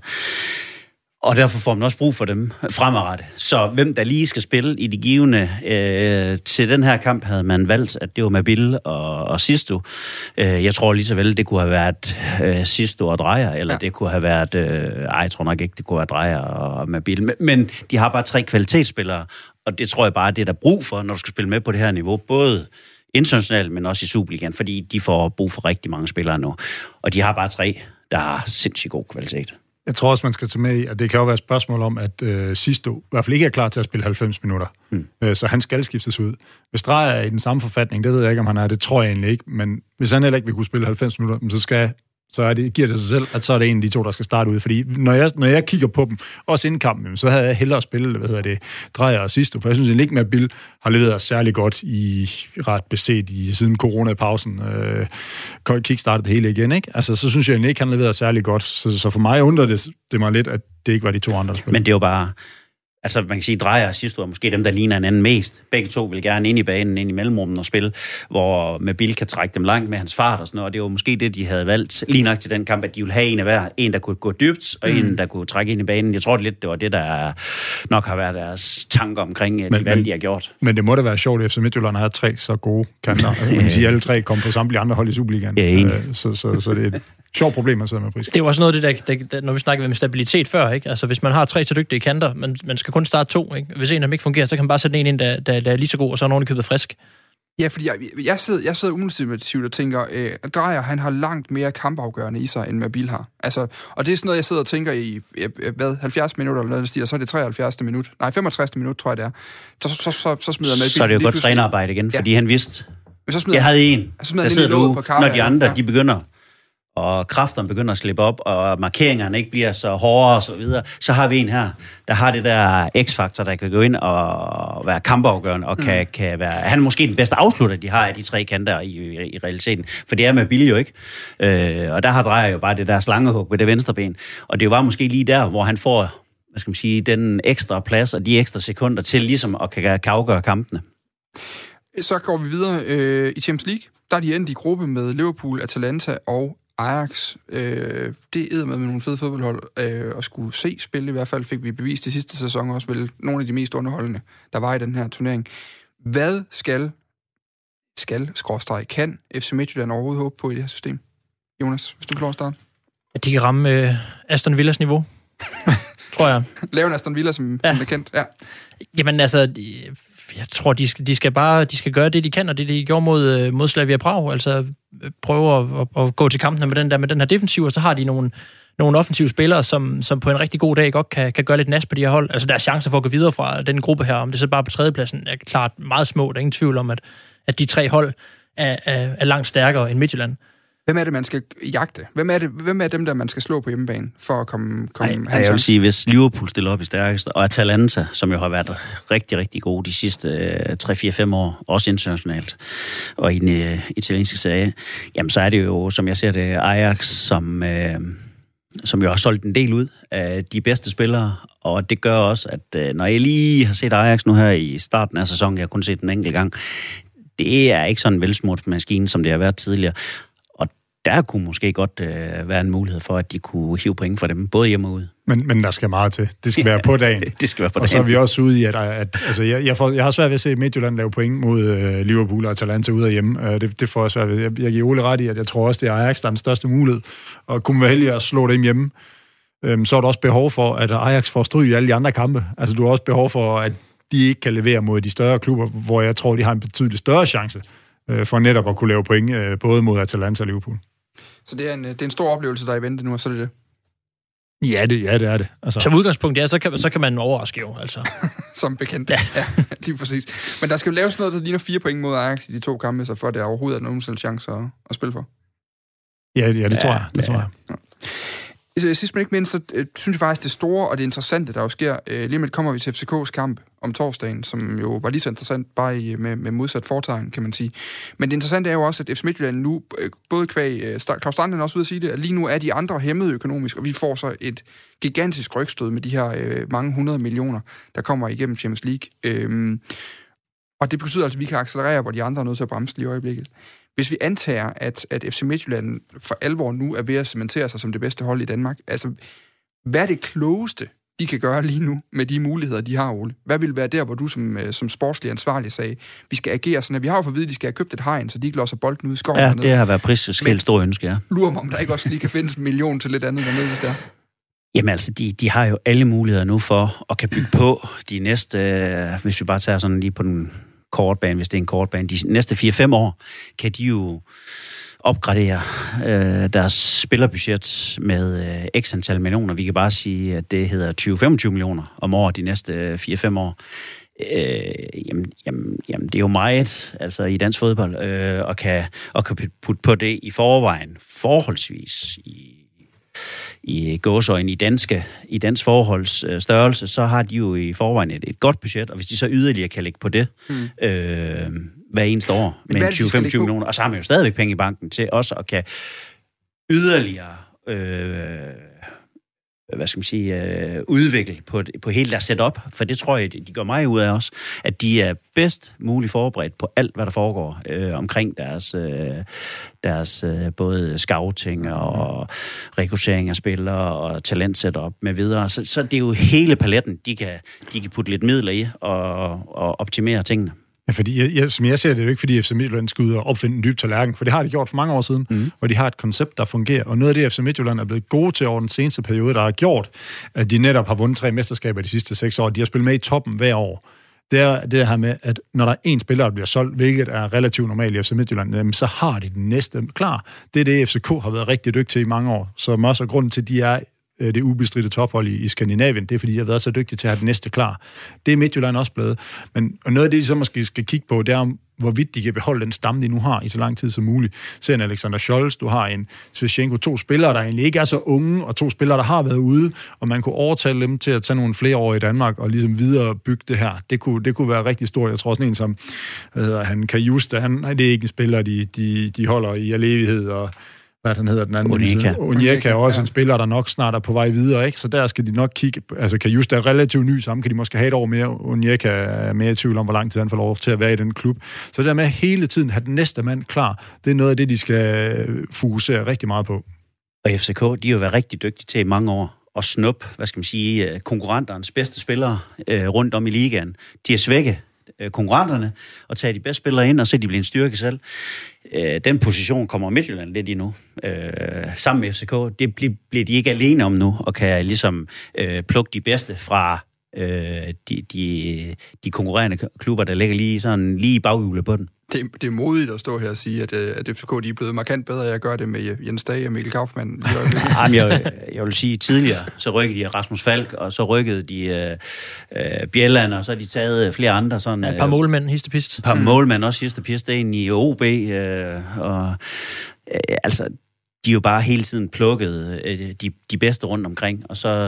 Og derfor får man også brug for dem fremadrettet. Så hvem der lige skal spille i de givende til den her kamp, havde man valgt, at det var Mabil og Sisto. Jeg tror lige så vel, det kunne have været Sisto og Dreyer, eller det kunne have været... jeg tror nok ikke, det kunne have været Dreyer og Mabil. Men de har bare tre kvalitetsspillere, og det tror jeg bare, det er der brug for, når du skal spille med på det her niveau. Både internationalt, men også i Superligaen, fordi de får brug for rigtig mange spillere nu. Og de har bare tre, der har sindssygt god kvalitet. Jeg tror også, man skal tage med i, at det kan jo være et spørgsmål om, at Sisto i hvert fald ikke er klar til at spille 90 minutter. Så han skal skiftes ud. Hvis Dreyer er i den samme forfatning, det ved jeg ikke, om han er. Det tror jeg egentlig ikke. Men hvis han heller ikke vil kunne spille 90 minutter, så giver det sig selv, at så er det en af de to, der skal starte ud. Fordi når jeg kigger på dem, også inden kampen, så havde jeg hellere spillet, Dreyer og Sisto. For jeg synes ikke, at Bill har leveret særlig godt i ret beset siden coronapausen. Kickstartede det hele igen, ikke? Altså, så synes jeg ikke, han leverede særlig godt. Så for mig undrer det mig lidt, at det ikke var de to andre, der spillede. Men det er jo bare... Altså, man kan sige, Dreyer og Sisto er måske dem, der ligner hinanden mest. Begge to vil gerne ind i banen, ind i mellemrummet og spille, hvor Mabil kan trække dem langt med hans fart og sådan noget. Og det var måske det, de havde valgt lige nok til den kamp, at de ville have en af hver. En, der kunne gå dybt, og en, der kunne trække ind i banen. Jeg tror det var det, der nok har været deres tanker omkring de valg, de har gjort. Men det må da være sjovt, at FC Midtjylland har tre så gode kanter. Altså, man kan sige, at alle tre kom på samtlige andre hold i Superligaen. Så det er sjovt problem at sidde med Prisk. Det er jo også noget af det, der, når vi snakker om stabilitet før, ikke? Altså, hvis man har tre så dygtige kanter, man skal kun starte to, ikke? Hvis en af dem ikke fungerer, så kan man bare sætte en ind, der er lige så god, og så er nogen købet frisk. Ja, fordi jeg sidder umiddelbart og tænker, Dreyer, han har langt mere kampafgørende i sig, end Mabil har. Altså, og det er sådan noget, jeg sidder og tænker i, 70 minutter eller noget, og så er det 73. minut. Nej, 65. minut, tror jeg det er. Så smider Mabil. Så er det jo godt trænerarbejde igen, fordi han vidste, jeg havde en, der sidder du, når de andre, de begynder, og kræfterne begynder at slippe op, og markeringerne ikke bliver så hårde og så videre, så har vi en her, der har det der x-faktor, der kan gå ind og være kampafgørende, og kan være... Han er måske den bedste afslutter, de har af de tre kanter i realiteten, for det er med Bill jo ikke. Og der har Dreyer jo bare det der slangehug ved det venstre ben, og det var måske lige der, hvor han får, hvad skal man sige, den ekstra plads og de ekstra sekunder til ligesom at kan afgøre kampene. Så går vi videre i Champions League. Der er de endt i gruppe med Liverpool, Atalanta og Ajax. Det æder med nogle fede fodboldhold at skulle se spille. I hvert fald fik vi bevist i sidste sæson også vel nogle af de mest underholdende, der var i den her turnering. Hvad kan FC Midtjylland overhovedet håbe på i det her system? Jonas, hvis du får lov at starte. At de kan ramme Aston Villas niveau, tror jeg. Lave en Aston Villa, som er kendt. Ja. Jamen altså, jeg tror, de skal gøre det, de kan, og det, de gjorde mod Slavia Prag. Altså prøve at gå til kampene med den her defensiv, og så har de nogle offensive spillere, som på en rigtig god dag godt kan gøre lidt nas på de her hold. Altså, der er chancer for at gå videre fra den gruppe her, om det så bare på tredjepladsen er klart meget små. Der er ingen tvivl om, at de 3 hold er langt stærkere end Midtjylland. Hvem er det, man skal jagte? Hvem er dem, der man skal slå på hjemmebane for at komme jeg vil sige, hvis Liverpool stiller op i stærkeste, og Atalanta, som jo har været rigtig, rigtig gode de sidste 3-4-5 år, også internationalt, og i den italienske serie, jamen så er det jo, som jeg ser det, Ajax, som jo har solgt en del ud af de bedste spillere, og det gør også, at når jeg lige har set Ajax nu her i starten af sæsonen, jeg har kun set den enkelt gang, det er ikke sådan en velsmurt maskine, som det har været tidligere. Og der kunne måske godt være en mulighed for, at de kunne hive point for dem, både hjemme og ude. Men der skal meget til. Det skal være på dagen. Det skal være på dagen. Og så er vi også ude i, at altså, jeg har svært ved at se Midtjylland lave point mod Liverpool og Atalanta ude af hjemme. Det får jeg svært ved. Jeg giver Ole ret i, at jeg tror også, det er Ajax, der er den største mulighed. Og kunne være heldig at slå dem hjemme. Så er der også behov for, at Ajax får stryg i alle de andre kampe. Altså, du har også behov for, at de ikke kan levere mod de større klubber, hvor jeg tror, de har en betydeligt større chance for netop at kunne lave point, både mod Atalanta og Liverpool. Så det er en stor oplevelse, der er i vente nu, og så er det det? Ja, det er det. Altså. Som udgangspunkt, ja, så kan man overraske jo, altså. Som bekendt. Ja, lige præcis. Men der skal jo laves noget, der ligner 4 point mod Ajax i de 2 kampe, så for det overhovedet er nogen selv chance at spille for. Ja, det tror jeg. Det tror jeg. Ja. Sidst men ikke mindst, så synes jeg faktisk, det store og det interessante, der jo sker, lige med kommer vi til FCK's kamp om torsdagen, som jo var lige så interessant, bare med modsat foretegn, kan man sige. Men det interessante er jo også, at FC Midtjylland nu, både Claus Stranden også ude at sige det, at lige nu er de andre hæmmet økonomisk, og vi får så et gigantisk rygstød med de her mange 100 millioner, der kommer igennem Champions League. Og det betyder altså, at vi kan accelerere, hvor de andre er nødt til at bremse lige i øjeblikket. Hvis vi antager, at FC Midtjylland for alvor nu er ved at cementere sig som det bedste hold i Danmark, altså, hvad er det klogeste, de kan gøre lige nu med de muligheder, de har, Ole? Hvad vil være der, hvor du som sportslig ansvarlig sagde, vi skal agere sådan, at vi har jo for at vide, at de skal have købt et hegn, så de ikke låser bolden ud i skoven? Ja, det har været Prisses helt store ønske, ja. Lurer mig, om der ikke også lige kan findes 1 million til lidt andet dernede, hvis det er. Jamen altså, de har jo alle muligheder nu for at kan bygge på de næste, hvis vi bare tager sådan lige på den kortbane, hvis det er en kortbane, de næste 4-5 år, kan de jo opgradere deres spillerbudget med x antal millioner. Vi kan bare sige, at det hedder 20-25 millioner om året de næste 4-5 år. Jamen, det er jo meget altså i dansk fodbold, og kan putte på det i forvejen forholdsvis i gåseøjne i dansk forholds størrelse, så har de jo i forvejen et godt budget, og hvis de så yderligere kan lægge på det hver eneste år med 20-25 millioner, og så har man jo stadigvæk penge i banken til også at kan yderligere udvikle på hele deres setup, for det tror jeg, de gør meget ud af også, at de er bedst muligt forberedt på alt, hvad der foregår omkring deres både scouting og rekruttering af spillere og talentsetup med videre. Så det er jo hele paletten, de kan putte lidt midler i og optimere tingene. Ja, fordi som jeg ser det, er jo ikke, fordi FC Midtjylland skal ud og opfinde en dyb tallerken, for det har de gjort for mange år siden, hvor de har et koncept, der fungerer. Og noget af det, FC Midtjylland er blevet gode til over den seneste periode, der har gjort, at de netop har vundet 3 mesterskaber de sidste 6 år. De har spillet med i toppen hver år. Det er det her med, at når der er en spiller, der bliver solgt, hvilket er relativt normalt i FC Midtjylland, så har de den næste klar. Det er det, FCK har været rigtig dygtig til i mange år. Så også er grunden til, at de er det ubestridte tophold i Skandinavien, det er, fordi de har været så dygtige til at have det næste klar. Det er Midtjylland også blevet. Og noget af det, de så måske skal kigge på, det er, hvorvidt de kan beholde den stamme, de nu har i så lang tid som muligt. Så en Alexander Scholz, du har en Sveshenko, 2 spillere, der egentlig ikke er så unge, og 2 spillere, der har været ude, og man kunne overtale dem til at tage nogle flere år i Danmark, og ligesom videre bygge det her. Det kunne være rigtig stort. Jeg tror sådan en som, han Kajusta, det er ikke en spiller, de holder i al evighed, og hvad han hedder den anden. Onyeka er også en spiller, der nok snart er på vej videre, ikke? Så der skal de nok kigge. Altså, Kajusta er relativt ny, så kan de måske have et år mere. Onyeka er mere i tvivl om, hvor lang tid han får lov til at være i den klub. Så det der med hele tiden have den næste mand klar, det er noget af det, de skal fokusere rigtig meget på. Og FCK, de har jo været rigtig dygtige til i mange år at snuppe, konkurrenternes bedste spillere rundt om i ligaen. De er svækket konkurrenterne og tage de bedste spillere ind, og så de bliver en styrke selv. Den position kommer Midtjylland lidt i nu. Sammen med FCK, det bliver de ikke alene om nu, og kan ligesom plukke de bedste fra de konkurrerende klubber, der ligger lige i baghjulet på den. Det er modigt at stå her og sige, at FCK de er blevet markant bedre. Jeg gør det med Jens Dage og Mikkel Kaufmann. Jeg vil sige, tidligere, så rykkede de Rasmus Falk, og så rykkede de Bjelland, og så har de taget flere andre. Sådan, et par målmænd, histepist. Et par målmænd også histepist, ind i OB, altså, de er jo bare hele tiden plukket de bedste rundt omkring, og så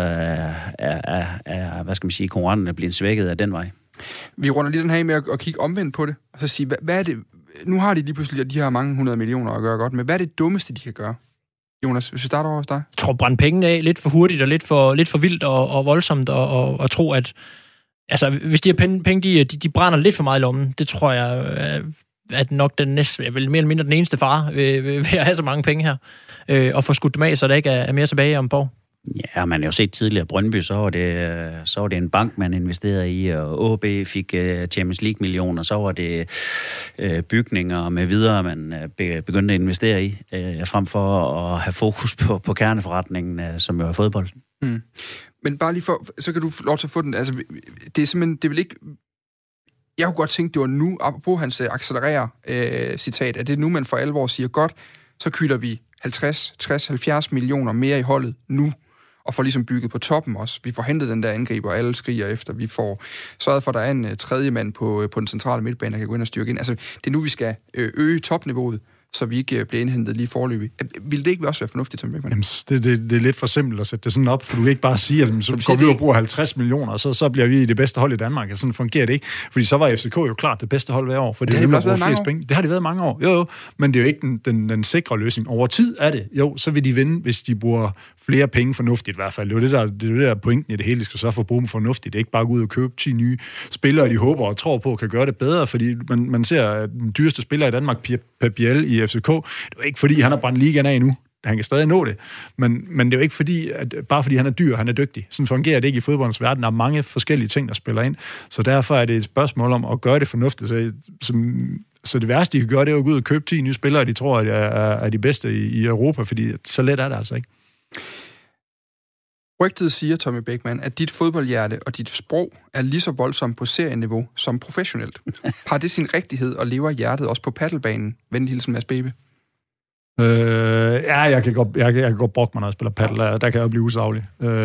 er hvad skal man sige, konkurrenterne blevet svækket af den vej. Vi runder lige den her med at kigge omvendt på det, og så sige, hvad er det, nu har de lige pludselig, de har mange 100 millioner at gøre godt med. Hvad er det dummeste, de kan gøre? Jonas, hvis vi starter over hos dig. Jeg tror, brænde pengene af lidt for hurtigt og lidt for vildt og voldsomt, og tro, at altså, hvis de har penge, de brænder lidt for meget i lommen, det tror jeg at nok den næste, vel mere eller mindre den eneste far ved at have så mange penge her, og få skudt dem af, så der ikke er mere tilbage om borg. Ja, man har jo set tidligere Brøndby, så var det en bank, man investerede i, og AB fik Champions League-millioner, så var det bygninger med videre, man begyndte at investere i, frem for at have fokus på kerneforretningen, som jo er fodbold. Mm. Men bare lige så kan du få lov til at få den, altså, det er simpelthen, det vil ikke. Jeg kunne godt tænke, det var nu, apropos hans accelererer-citat, at det er nu, man for alvor siger, godt, så kylder vi 50, 60, 70 millioner mere i holdet nu, og får ligesom bygget på toppen også. Vi får hentet den der angriber, alle skriger efter. Vi får sørget for, at der er en tredje mand på den centrale midtbane, der kan gå ind og styrke ind. Altså, det er nu, vi skal øge topniveauet, så vi ikke bliver indhentet lige forløbig. Vil det ikke også være fornuftigt, Tom Beckmann? Jamen, det er lidt for simpelt at sætte det sådan op, for du kan ikke bare sige, at så går vi ud og bruger 50 millioner, og så bliver vi det bedste hold i Danmark. Sådan fungerer det ikke. Fordi så var FCK jo klart det bedste hold hver år, for det har de flest penge. Det har de været mange år. Jo, men det er jo ikke den sikre løsning. Over tid er det. Jo, så vil de vinde, hvis de bruger flere penge fornuftigt i hvert fald. Det er det der pointen i det hele. De skal så få bruge dem fornuftigt. Det er ikke bare gå ud og købe 10 nye spillere, de håber og tror på, kan gøre det bedre, fordi man ser, at den dyreste spiller i Danmark, Pep Biel i FCK, det er ikke fordi, han har brændt ligaen af endnu. Han kan stadig nå det. Men det er jo ikke fordi, bare fordi han er dyr, han er dygtig. Sådan fungerer det ikke i fodboldens verden. Der er mange forskellige ting, der spiller ind. Så derfor er det et spørgsmål om at gøre det fornuftigt. Så det værste, de kan gøre, det er at gå ud og købe 10 nye spillere, de tror, at er de bedste i Europa, fordi så let er det altså ikke. Rygtet siger, Tommy Beckmann, at dit fodboldhjerte og dit sprog er lige så voldsomt på serieniveau som professionelt. Har det sin rigtighed, og lever hjertet også på paddelbanen? Venlig hilsen, Mads Bebe. Ja, jeg kan godt brokke mig, når jeg spiller paddel. Der kan jeg blive usaglig.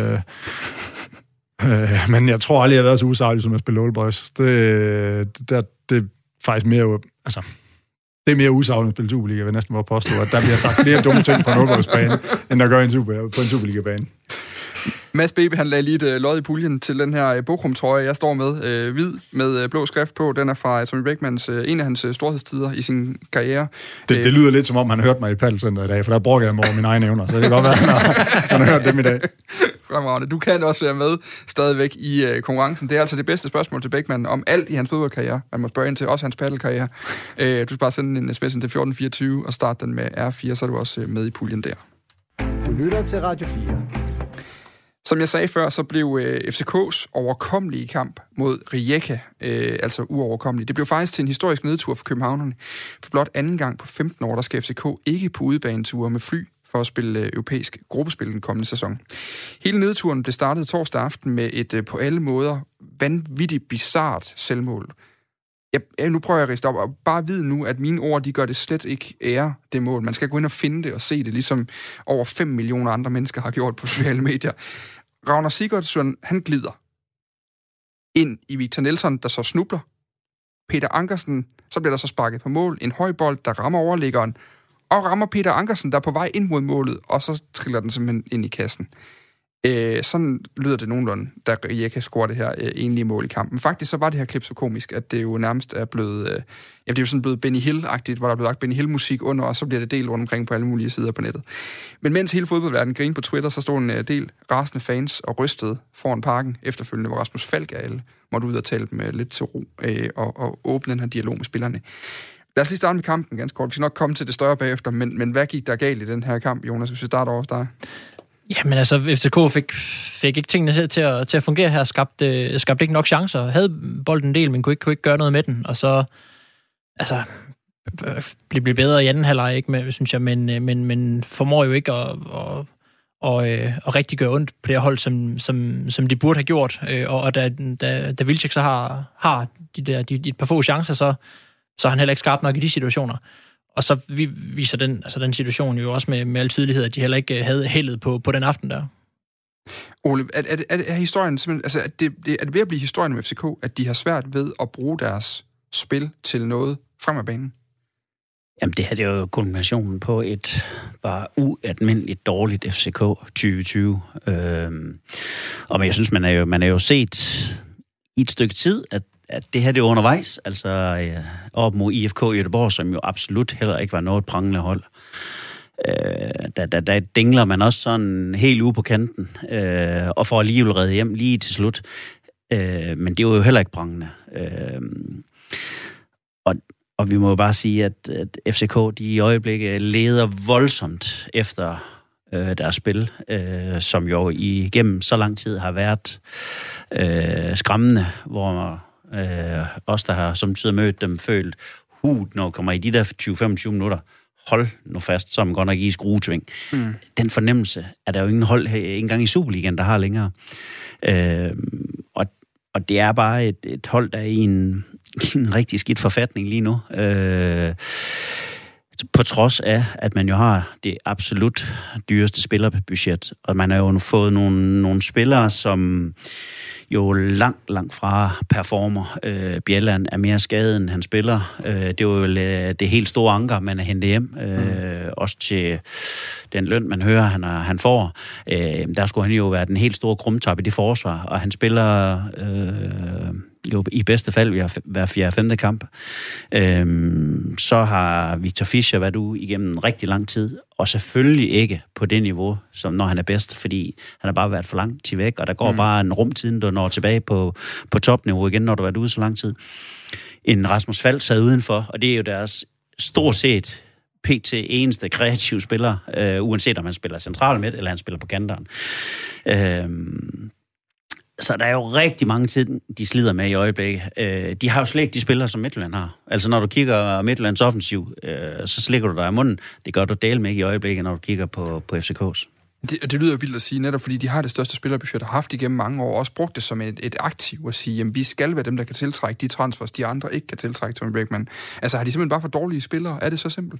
Men jeg tror aldrig, jeg har været så usaglig, som jeg spiller Old Boys. Det er faktisk mere. Altså, det er mere usagligt at spille Superliga, jeg vil næsten bare påstå, at der bliver sagt flere dumme ting på en Old Boys-bane, end der gør på en Superliga-bane. Mads Bebe, han lagde lige et lod i puljen til den her Bochum-trøje, jeg står med, hvid med blå skrift på. Den er fra Tommy Beckmanns, en af hans storhedstider i sin karriere. Det lyder lidt som om, han har hørt mig i paddelcenteret i dag, for der brokker jeg mig over mine egne evner, så det kan godt være, han har hørt dem i dag. Fremragende. Du kan også være med stadigvæk i konkurrencen. Det er altså det bedste spørgsmål til Beckmann om alt i hans fodboldkarriere. Man må spørge ind til også hans paddelkarriere. Du skal bare sende en sms til 1424 og starte den med R4, så er du også med i puljen der. Du lytter til Radio 4. Som jeg sagde før, så blev FCK's overkommelige kamp mod Rijeka, altså uoverkommelig. Det blev faktisk til en historisk nedtur for københavnerne. For blot anden gang på 15 år, der skal FCK ikke på udebaneture med fly for at spille europæisk gruppespil den kommende sæson. Hele nedturen blev startet torsdag aften med et på alle måder vanvittigt bizart selvmål. Nu prøver jeg at riste op, og bare vid nu, at mine ord, de gør det slet ikke ære, det mål. Man skal gå ind og finde det og se det, ligesom over 5 millioner andre mennesker har gjort på sociale medier. Ragnar Sigurdsson, han glider ind i Victor Nelsson, der så snubler. Peter Ankersen, så bliver der så sparket på mål. En høj bold, der rammer overliggeren, og rammer Peter Ankersen, der er på vej ind mod målet, og så triller den simpelthen ind i kassen. Sådan lyder det nogenlunde, da Rijeka scorer det her enlige mål i kampen. Faktisk så var det her klip så komisk, at det jo nærmest er blevet, det er jo sådan blevet Benny Hill-agtigt, hvor der er blevet lagt Benny Hill-musik under, og så bliver det delt rundt omkring på alle mulige sider på nettet. Men mens hele fodboldverdenen grinede på Twitter, så stod en del rasende fans og rystede foran parken efterfølgende, hvor Rasmus Falk og alle måtte ud og tale dem lidt til ro og åbne den her dialog med spillerne. Lad os lige starte med kampen ganske kort. Vi skal nok komme til det større bagefter, men hvad gik der galt i den her kamp, Jonas, hvis vi starter over hos dig? Jamen altså, FCK fik ikke tingene til at fungere her, skabte ikke nok chancer, havde bolden en del, men kunne ikke gøre noget med den, og så altså blive bedre i anden halvleg, ikke, synes jeg, men formår jo ikke at rigtig gøre ondt på det hold, som de burde have gjort, og da Wilczek så har de et par få chancer, så er han heller ikke skarp nok i de situationer. Og så viser den situation jo også med al tydelighed, at de heller ikke havde heldet på den aften der. Ole, er historien simpelthen, altså er det ved at blive historien med FCK, at de har svært ved at bruge deres spil til noget frem af banen? Jamen, det her det er jo kombinationen på et bare ualmindeligt dårligt FCK 2020. Og jeg synes, man er jo set i et stykke tid, at det her det er undervejs, altså op mod IFK Göteborg, som jo absolut heller ikke var noget prangende hold. Der dingler man også sådan helt ude på kanten, og får alligevel reddet hjem lige til slut. Men det var jo heller ikke prangende. Og vi må jo bare sige, at FCK de i øjeblikket leder voldsomt efter deres spil, som jo igennem så lang tid har været skræmmende, hvor os, der har samtidig mødt dem, følt når kommer i de der 20-25 minutter, hold nu fast, som godt nok i skruetving. Den fornemmelse er der jo ingen hold her, ikke engang i Superligaen, der har længere. Og det er bare et hold, der er i en rigtig skidt forfatning lige nu. På trods af, at man jo har det absolut dyreste spillerbudget, og man har jo fået nogle spillere, som jo langt fra performer. Bjelland er mere skadet, end han spiller. Det er jo det helt store anker, man er hentet hjem. Også til den løn, man hører, han får. Der skulle han jo være den helt store krumtap i det forsvar, og han spiller jo i bedste fald hver 4-5. kamp. Så har Victor Fischer været ude igennem rigtig lang tid, og selvfølgelig ikke på det niveau, som når han er bedst, fordi han har bare været for lang tid væk, og der går bare en rumtid, når du når tilbage på topniveau igen, når du har været ude så lang tid. En Rasmus Falk sad udenfor, og det er jo deres stort set pt. Eneste kreative spiller, uanset om han spiller central midt, eller han spiller på kanteren. Så der er jo rigtig mange ting, de slider med i øjeblikket. De har jo slet ikke de spillere, som Midtjylland har. Altså, når du kigger Midtjyllands offensiv, så slikker du dig i munden. Det gør du dele med ikke i øjeblikket, når du kigger på FCK's. Det lyder vildt at sige, netop fordi de har det største spillerbudget, har haft igennem mange år, og også brugt det som et aktiv at sige, jamen vi skal være dem, der kan tiltrække de transfers, de andre ikke kan tiltrække, Tommy Bækman. Altså, har de simpelthen bare for dårlige spillere? Er det så simpelt?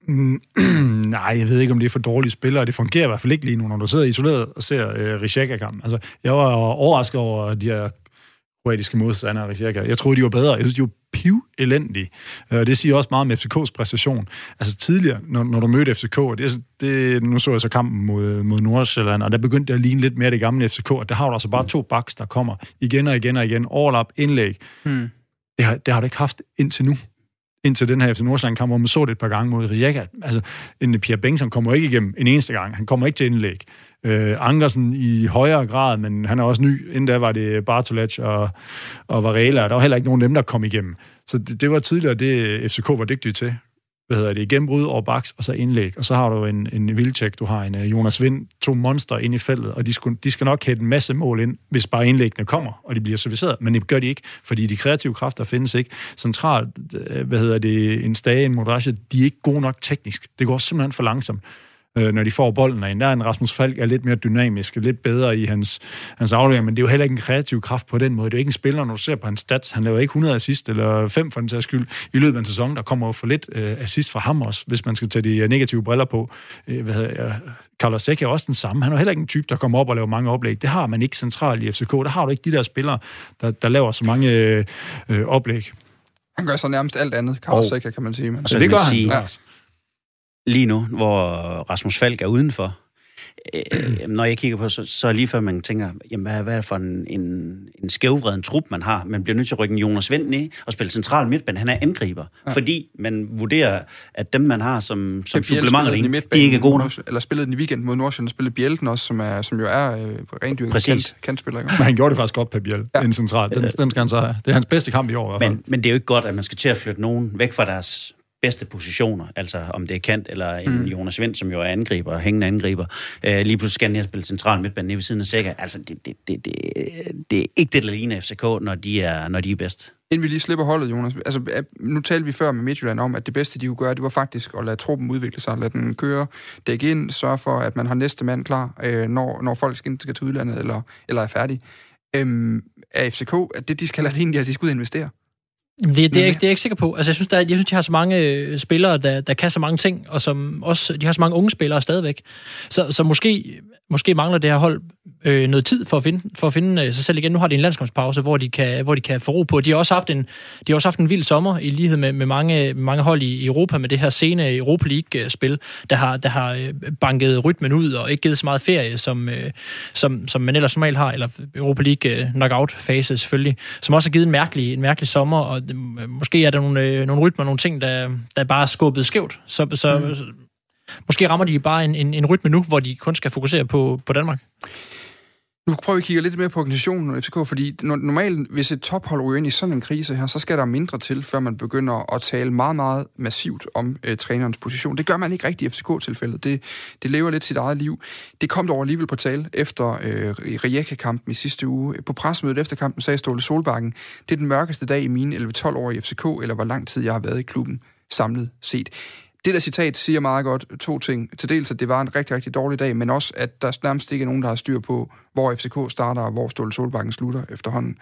Nej, jeg ved ikke, om det er for dårlige spillere. Det fungerer i hvert fald ikke lige nu, når du sidder isoleret og ser Rijeka-kampen. Altså, jeg var overrasket over de her kroatiske modstandere af Rijeka. Jeg troede, de var bedre. Jeg synes, de var piv-elendige. Det siger også meget om FCK's præstation. Altså tidligere, når du mødte FCK, nu så jeg så kampen mod Nordsjælland, og der begyndte det at ligne lidt mere det gamle FCK, og der har du altså bare 2 backs, der kommer igen og igen, overlap, indlæg. Det har du ikke haft indtil nu. Indtil den her FC Nordsjælland-kamp, hvor man så det et par gange mod Rijeka. Altså, en Pierre Bengtsson kommer ikke igennem en eneste gang. Han kommer ikke til indlæg. Ankersen i højere grad, men han er også ny. Inden da var det Bartolec og Varela. Der var heller ikke nogen af dem, der kom igennem. Så det var tidligere det, FCK var dygtige til. Gennembrud over baks, og så indlæg. Og så har du en Wilczek, du har en Jonas Vind, 2 monster inde i feltet, og de skal nok hætte en masse mål ind, hvis bare indlæggene kommer, og de bliver serviceret. Men det gør de ikke, fordi de kreative kræfter findes ikke. Centralt, en Stage, en Modric, de er ikke gode nok teknisk. Det går simpelthen for langsomt, når de får bolden af en. Der er en Rasmus Falk er lidt mere dynamisk, lidt bedre i hans aflevering, men det er jo heller ikke en kreativ kraft på den måde. Det er jo ikke en spiller, når du ser på hans stats. Han laver ikke 100 assist eller 5 for den sags skyld i løbet af en sæson. Der kommer jo for lidt assist fra ham også, hvis man skal tage de negative briller på. Carlos Sæk er også den samme. Han er heller ikke en type, der kommer op og laver mange oplæg. Det har man ikke centralt i FCK. Der har du ikke de der spillere, der laver så mange oplæg. Han gør så nærmest alt andet, Carlos Sæk, kan man sige. Men. Så det gør han. Ja. Lige nu, hvor Rasmus Falk er udenfor, når jeg kigger på, så er lige før man tænker, jamen hvad er det for en skævvreden trup, man har? Man bliver nødt til at rykke en Jonas Vind ned og spille central midtbane. Han er angriber, fordi man vurderer, at dem, man har som supplementer, de ikke er gode nok. Eller spillede den i weekend mod Nordsjælland, spillede Bjelden også, som jo er rendyrket kantspiller. Ikke? Men han gjorde det faktisk godt, Pep Biel, en central. Den skal han så have. Det er hans bedste kamp i år i hvert fald. Men det er jo ikke godt, at man skal til at flytte nogen væk fra deres bedste positioner, altså om det er Kant eller en Jonas Vind, som jo er angriber, hængende angriber. Lige pludselig skal han spille central midtbane nede ved siden af Sækker. Altså, det er ikke det, der ligner FCK, når de er bedst. Inden vi lige slipper holdet, Jonas. Altså, nu talte vi før med Midtjylland om, at det bedste, de kunne gøre, det var faktisk at lade truppen udvikle sig, lade den køre, dække ind, sørge for, at man har næste mand klar, når folk skal til udlandet eller er færdige. Er FCK, at det, de skal lade egentlig, at de skal ud og investere? Det er jeg ikke sikker på. Altså, jeg synes, de har så mange spillere, der kan så mange ting, og som også, de har så mange unge spillere stadigvæk. Så måske mangler det her hold noget tid for at finde sig selv igen. Nu har de en landskampspause, hvor de kan få ro på. De har også haft en vild sommer, i lighed med mange hold i Europa, med det her sene Europa League-spil, der har banket rytmen ud, og ikke givet så meget ferie, som man ellers normalt har, eller Europa League knockout-fase selvfølgelig, som også har givet en mærkelig sommer, og måske er der nogle rytmer, nogle ting, der bare er skubbet skævt. Så måske rammer de bare en rytme nu, hvor de kun skal fokusere på Danmark. Nu prøver vi at kigge lidt mere på organisationen og FCK, fordi normalt, hvis et tophold ryger ind i sådan en krise her, så skal der mindre til, før man begynder at tale meget, meget massivt om trænerens position. Det gør man ikke rigtigt i FCK-tilfældet. Det lever lidt sit eget liv. Det kom dog alligevel på tale efter Rijeka-kampen i sidste uge. På pressemødet efter kampen sagde Ståle Solbakken, det er den mørkeste dag i mine 11-12 år i FCK, eller hvor lang tid jeg har været i klubben samlet set. Det der citat siger meget godt to ting. Til dels, at det var en rigtig, rigtig dårlig dag, men også, at der nærmest ikke er nogen, der har styr på, hvor FCK starter, og hvor Ståle Solbakken slutter efterhånden.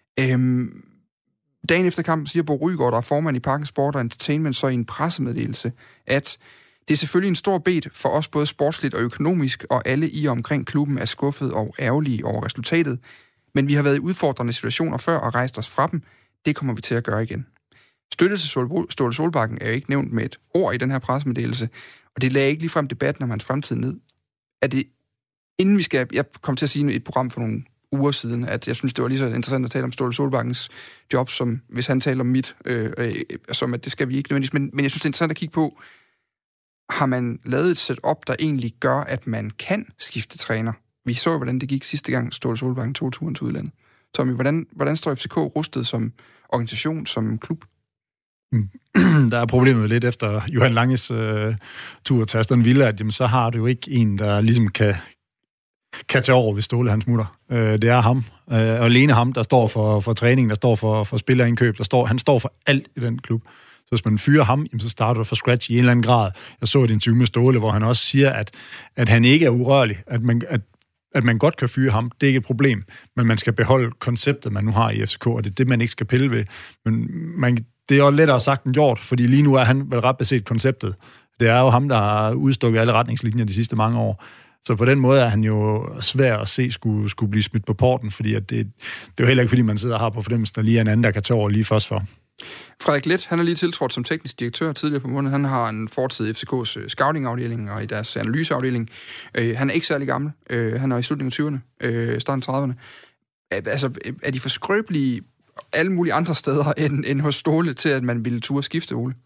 Dagen efter kampen siger Bo Rygaard, der er formand i Parken Sport og Entertainment, så i en pressemeddelelse, at det er selvfølgelig en stor bed for os, både sportsligt og økonomisk, og alle i og omkring klubben er skuffet og ærgerlige over resultatet. Men vi har været i udfordrende situationer før og rejst os fra dem. Det kommer vi til at gøre igen. Støtte til Ståle Solbakken er jo ikke nævnt med et ord i den her pressemeddelelse, og det lagde ikke ligefrem debatten om hans fremtid ned. Er det, inden vi skal, jeg kom til at sige i et program for nogle uger siden, at jeg synes, det var lige så interessant at tale om Ståle Solbakkens job, som hvis han taler om mit, som at det skal vi ikke nødvendigvis, men jeg synes, det er interessant at kigge på, har man lavet et setup, der egentlig gør, at man kan skifte træner? Vi så, hvordan det gik sidste gang, Ståle Solbakken tog turen til udlandet. Tommy, hvordan står FCK rustet som organisation, som klub? Der er problemet lidt efter Johan Langes tur til Aston Villa, at jamen, så har du jo ikke en, der ligesom kan tage over, hvis Ståle han smutter. Det er ham, og alene ham, der står for træning, der står for spillerindkøb, han står for alt i den klub. Så hvis man fyrer ham, jamen, så starter du fra scratch i en eller anden grad. Jeg så et interview med Ståle, hvor han også siger, at han ikke er urørlig, at man godt kan fyre ham, det er ikke et problem, men man skal beholde konceptet, man nu har i FCK, og det er det, man ikke skal pille ved. Men det er jo lettere sagt end gjort, fordi lige nu er han vel ret beset konceptet. Det er jo ham, der har udstukket alle retningslinjer de sidste mange år. Så på den måde er han jo svær at se skulle blive smidt på porten, fordi at det er jo heller ikke, fordi man sidder og har på fornemmelsen, at lige er en anden, der kan tage over lige først for. Frederik Leth, han er lige tiltrådt som teknisk direktør tidligere på måneden. Han har en fortid i FCK's scouting-afdeling og i deres analyseafdeling. Han er ikke særlig gammel. Han er i slutningen af 20'erne, starten 30'erne. Altså, er de for skrøbelige alle mulige andre steder end hos Ståle til, at man ville turde skifte, Ole?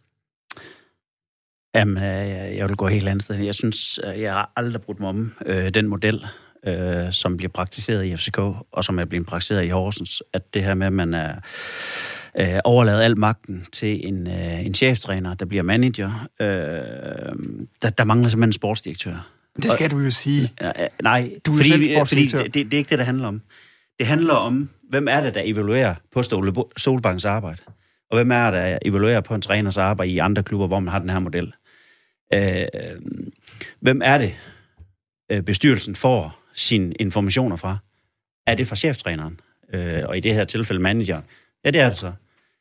Jamen, jeg vil gå helt andet sted. Jeg synes, jeg har aldrig brugt mig om den model, som bliver praktiseret i FCK, og som er blevet praktiseret i Horsens, at det her med, at man er overladet al magten til en cheftræner, der bliver manager. Der mangler simpelthen en sportsdirektør. Det skal du jo sige. Nej, du er fordi det er ikke det handler om. Det handler om, hvem er det, der evaluerer på Ståle Solbakkens arbejde? Og hvem er det, der evaluerer på en træners arbejde i andre klubber, hvor man har den her model? Hvem er det, bestyrelsen får sine informationer fra? Er det fra cheftræneren? Og i det her tilfælde manager? Ja, det er det så.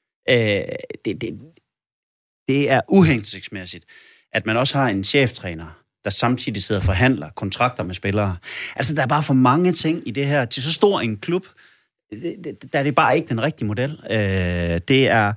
Det er uhensigtsmæssigt, at man også har en cheftræner, der samtidig sidder og forhandler kontrakter med spillere. Altså, der er bare for mange ting i det her. Til så stor en klub, der er det bare ikke den rigtige model. Det er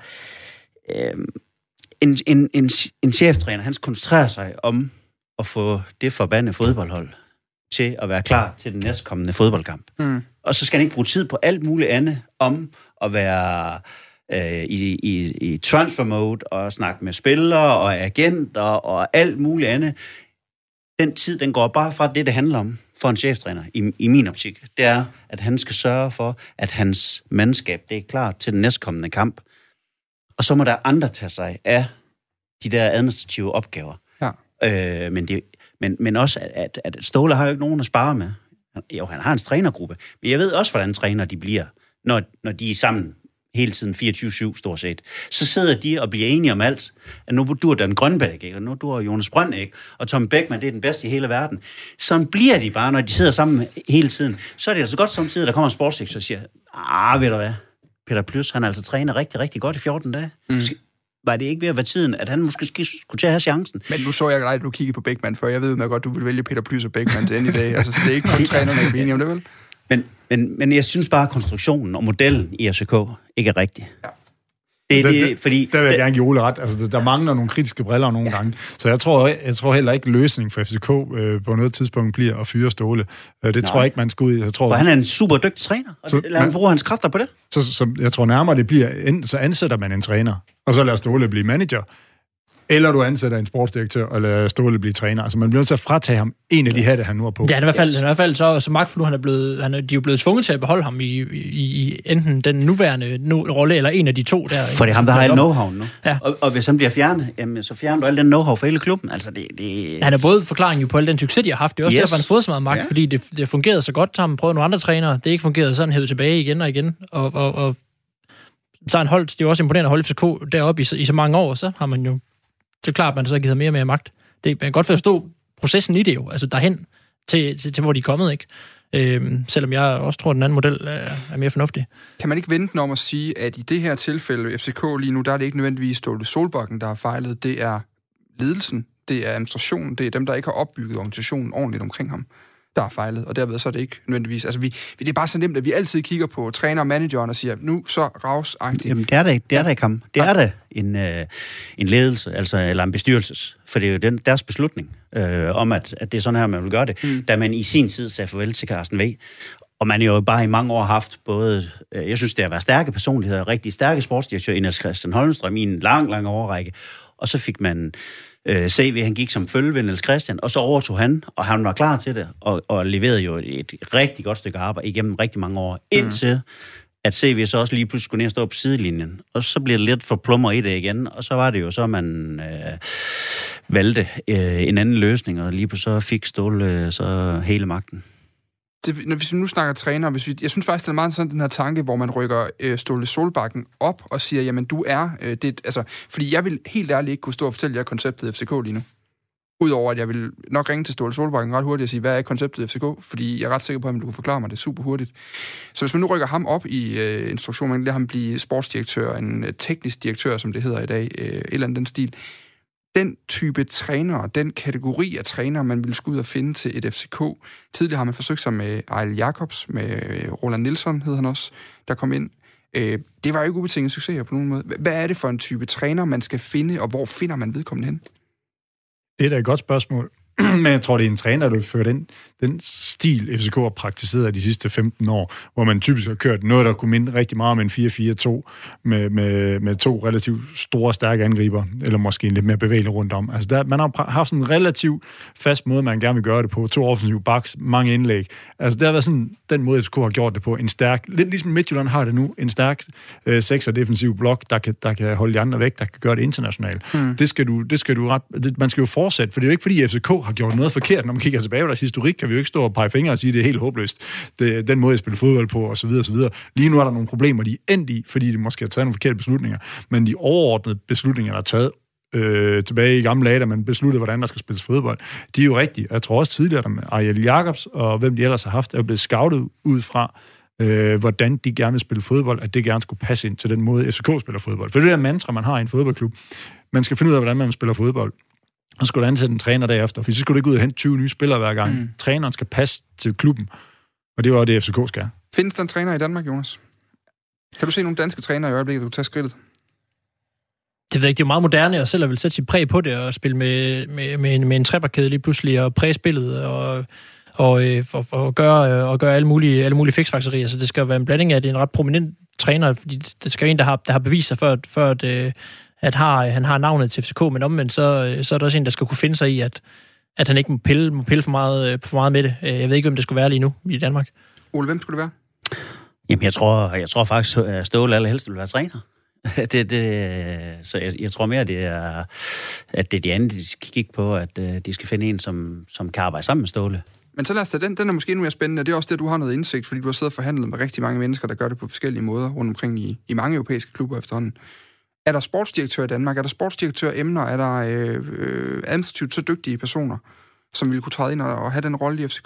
en cheftræner, han koncentrerer sig om at få det forbandede fodboldhold til at være klar til den næstkommende fodboldkamp. Mm. Og så skal han ikke bruge tid på alt muligt andet om at være i transfer mode og snakke med spillere og agenter og alt muligt andet. Den tid, den går bare fra det handler om for en cheftræner, i min optik. Det er, at han skal sørge for, at hans mandskab det er klar til den næstkommende kamp. Og så må der andre tage sig af de der administrative opgaver. Ja. Men også, at Ståle har jo ikke nogen at spare med. Jo, han har en trænergruppe, men jeg ved også, hvordan træner de bliver, når de er sammen hele tiden 24/7 stort set. Så sidder de og bliver enige om alt. At nu dur Dan Grønbæk, ikke? Og nu dur Jonas Brønd, ikke? Og Tom Beckmann, det er den bedste i hele verden. Sådan bliver de bare, når de sidder sammen hele tiden. Så er det altså godt samtidig, der kommer en sportsdirektør og siger, ved du hvad, Peter Plys, han altså træner rigtig, rigtig godt i 14 dage. Var det ikke ved at være tiden, at han måske skulle til at have chancen? Men nu så jeg dig, at du kiggede på Beckmann før. Jeg ved med godt, du vil vælge Peter Plys og Beckmann til end i dag. Altså, så det er ikke kun trænerne, der er enige om det, vel? Men jeg synes bare, at konstruktionen og modellen i FCK ikke er rigtig. Ja. Fordi der vil jeg gerne give Ole ret. Altså, der mangler nogle kritiske briller nogle gange. Så jeg tror heller ikke, løsningen for FCK på noget tidspunkt bliver at fyre Ståle. Det tror jeg ikke, man skal ud i. For han er en super dygtig træner, og lad ham bruge hans kræfter på det. Så jeg tror nærmere, det bliver, så ansætter man en træner, og så lader Ståle blive manager. Eller du ansætter en sportsdirektør og lader Ståle blive træner. Altså, man bliver nødt til at fratage ham en af de hatte, han nu er på. Ja, han er i hvert fald så magtfuld, de er jo blevet tvunget til at beholde ham i enten den nuværende rolle, eller en af de to der. For det er ham, der har alt know-how nu. Ja. Og hvis han bliver fjernet, jamen, så fjerner du al den know-how for hele klubben. Altså, Han er både forklaringen jo på al den succes, de har haft. Det er også derfor, han har fået så meget magt, fordi det fungerede så godt, så har man prøvet nogle andre trænere. Det ikke fungerede, sådan hævet tilbage igen og igen. Og så har han holdt, det er jo også imponerende at holde FCK deroppe i så mange år, så har man jo så klart, at man så har givet mere og mere magt. Man kan godt forstå processen i det jo, altså derhen til hvor de er kommet, ikke? Selvom jeg også tror, at den anden model er mere fornuftig. Kan man ikke vente om at sige, at i det her tilfælde, FCK lige nu, der er det ikke nødvendigvis Ståle Solbakken, der har fejlet. Det er ledelsen, det er administrationen, det er dem, der ikke har opbygget organisationen ordentligt omkring ham, der har fejlet, og derved så er det ikke nødvendigvis. Altså, det er bare så nemt, at vi altid kigger på træner og manageren og siger, nu så ravsagtigt. Jamen, det er der ikke. Det er der ikke ham. Det er der en ledelse, altså, eller en bestyrelses, for det er jo deres beslutning om, at det er sådan her, man vil gøre det, da man i sin tid sagde farvel til Carsten V. Og man jo bare i mange år haft både, jeg synes, det har været stærke personligheder, rigtig stærke sportsdirektør, Niels Christian Holmstrøm i en lang årrække, og så fik man CV, han gik som følge ved Niels Christian, og så overtog han, og han var klar til det, og leverede jo et rigtig godt stykke arbejde igennem rigtig mange år, indtil at CV så også lige pludselig skulle ned og stå på sidelinjen. Og så bliver det lidt for plummer i det igen, og så var det jo så, man valgte en anden løsning, og lige pludselig så fik Ståle så hele magten. Hvis vi nu snakker træner, jeg synes faktisk, det er meget sådan den her tanke, hvor man rykker Ståle Solbakken op og siger, jamen du er det, altså, fordi jeg vil helt ærligt ikke kunne stå og fortælle jer konceptet FCK lige nu. Udover at jeg vil nok ringe til Ståle Solbakken ret hurtigt og sige, hvad er konceptet FCK? Fordi jeg er ret sikker på, at du kan forklare mig det super hurtigt. Så hvis man nu rykker ham op i instruktionen, man lader ham blive sportsdirektør, en teknisk direktør, som det hedder i dag, et eller andet den stil. Den type trænere, den kategori af trænere, man ville skulle ud og finde til et FCK. Tidligere har man forsøgt sig med Ejl Jacobs, med Roland Nielsen hed han også, der kom ind. Det var jo ikke ubetinget succes på nogen måde. Hvad er det for en type træner, man skal finde, og hvor finder man vedkommende hen? Det er da et godt spørgsmål. Men jeg tror, det er en træner, der fører den stil, FCK har praktiseret de sidste 15 år, hvor man typisk har kørt noget, der kunne minde rigtig meget om en 4-4-2, med to relativt store, stærke angriber, eller måske en lidt mere bevægelig rundt om. Altså man har haft sådan en relativt fast måde, man gerne vil gøre det på. 2 offensive backs, mange indlæg. Altså det har været sådan den måde, FCK har gjort det på. En stærk, lidt ligesom Midtjylland har det nu, en stærk 6'er defensiv blok, der kan holde de andre væk, der kan gøre det internationalt. Man skal jo fortsætte, for det er jo ikke fordi FCK har gjort noget forkert, når man kigger tilbage på deres historik, kan vi jo ikke stå og pege fingre og sige, at det er helt håbløst. Den måde, jeg spiller fodbold på, og så videre, og så videre. Lige nu er der nogle problemer, de er endt i, fordi de måske har taget nogle forkerte beslutninger, men de overordnede beslutninger, der er taget tilbage i gamle dage, da man besluttede, hvordan der skal spilles fodbold, de er jo rigtige. Jeg tror også tidligere, at Ejl Jacobs og hvem de ellers har haft, er jo blevet scoutet ud fra, hvordan de gerne vil spille fodbold, at det gerne skulle passe ind til den måde, FCK spiller fodbold. For det er det mantra, man har i en fodboldklub. Man skal finde ud af, hvordan man spiller fodbold. Og så skulle du ansætte en træner derefter, for så skulle du ikke ud og hente 20 nye spillere hver gang. Træneren skal passe til klubben, og det var det, FCK skal. Findes der en træner i Danmark, Jonas? Kan du se nogle danske trænere i øjeblikket, du tager skridtet? Det ved jeg ikke, det er jo meget moderne, at selv vil sætte sit præg på det, og spille med en trebakkæde lige pludselig, og præge spillet, og gøre alle mulige fiksfakserier. Så det skal være en blanding af, at det er en ret prominent træner, fordi det skal være en, der har bevist sig før at han har navnet til FCK, men omvendt, så er der også en, der skal kunne finde sig i, at han ikke må pille for meget med det. Jeg ved ikke, om det skulle være lige nu i Danmark. Ole, hvem skulle det være? Jamen, jeg tror faktisk, at Ståle allerhelst vil være træner. Så jeg tror mere, at det er de andre, de skal kigge på, at de skal finde en, som kan arbejde sammen med Ståle. Men så lad os tage den er måske endnu mere spændende, og det er også det, du har noget indsigt, fordi du har siddet og forhandlet med rigtig mange mennesker, der gør det på forskellige måder rundt omkring i mange europæiske klubber efterhånden. Er der sportsdirektør i Danmark? Er der sportsdirektør-emner? Er der administrativt så dygtige personer, som ville kunne træde ind og have den rolle i FCK?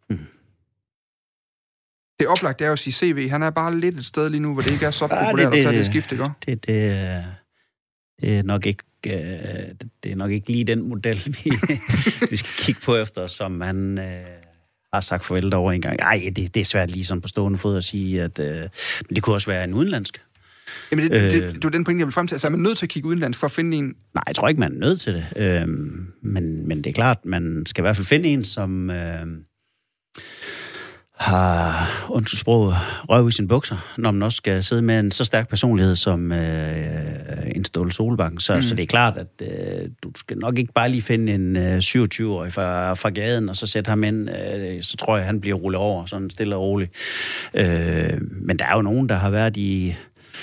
Det oplagt er jo at sige CV. Han er bare lidt et sted lige nu, hvor det ikke er så populært at tage det skift, ikke? Det er nok ikke lige den model, vi skal kigge på efter, som han har sagt farvel derovre en gang. Ej, det er svært lige sådan på stående fod at sige, at men det kunne også være en udenlandsk. Jamen, det var den point, jeg vil frem til. Altså, er man nødt til at kigge udenlands for at finde en? Nej, jeg tror ikke, man er nødt til det. Men det er klart, man skal i hvert fald finde en, som har undskyld sproget røv i sine bukser, når man også skal sidde med en så stærk personlighed som en Ståle Solbakken. Så det er klart, at du skal nok ikke bare lige finde en 27-årig fra gaden, og så sætte ham ind. Så tror jeg, han bliver rullet over, sådan stille og roligt. Men der er jo nogen, der har været i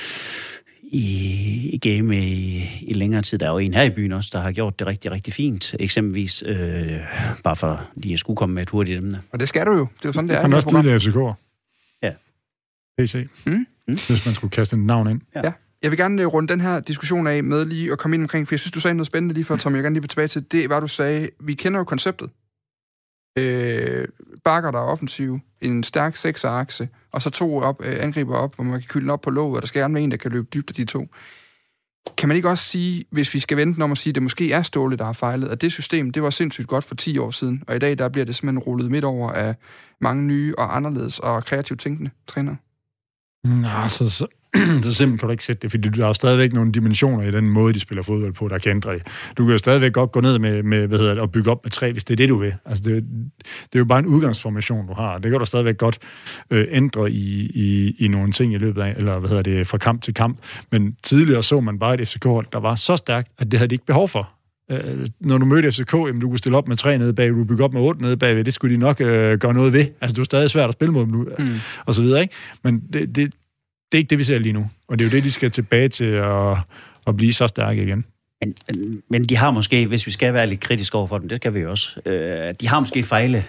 game i længere tid. Der er jo en her i byen også, der har gjort det rigtig, rigtig fint. Eksempelvis, bare for lige at skulle komme med et hurtigt emne. Og det skal du jo. Det er jo sådan, det er. Han er også tidligere FCK'er. Ja. PC. Hvis man skulle kaste en navn ind. Ja. Jeg vil gerne runde den her diskussion af med lige at komme ind omkring, for jeg synes, du sagde noget spændende lige før, Tom. Jeg gerne lige vil tilbage til det, hvad du sagde. Vi kender jo konceptet. Bakker, der er offensiv, en stærk 6'er-akse, og så 2 angriber op, hvor man kan kylde den op på låget, og der skal gerne være en, der kan løbe dybt af de 2. Kan man ikke også sige, hvis vi skal vente om at sige, at det måske er Ståle, der har fejlet, at det system, det var sindssygt godt for 10 år siden, og i dag, der bliver det simpelthen rullet midt over af mange nye og anderledes og kreativt tænkende trænere? Nej, så simpelt kan du ikke sætte det, fordi der er jo stadigvæk nogle dimensioner i den måde, de spiller fodbold på, der kan ændre det. Du kan jo stadigvæk godt gå ned med og bygge op med 3, hvis det er det, du vil. Altså, det er jo bare en udgangsformation, du har. Det kan du stadigvæk godt ændre i nogle ting i løbet af, eller fra kamp til kamp. Men tidligere så man bare et FCK-hold, der var så stærkt, at det havde de ikke behov for. Når du mødte FCK, jamen, du kunne stille op med 3 nede bagved, du bygge op med 8 nede bagved, det skulle de nok gøre noget ved. Altså, det er stadig svært at spille mod dem nu, og så videre, ikke? Men det er ikke det, vi ser lige nu. Og det er jo det, de skal tilbage til at blive så stærke igen. Men de har måske, hvis vi skal være lidt kritiske over for dem, det skal vi også, de har måske fejle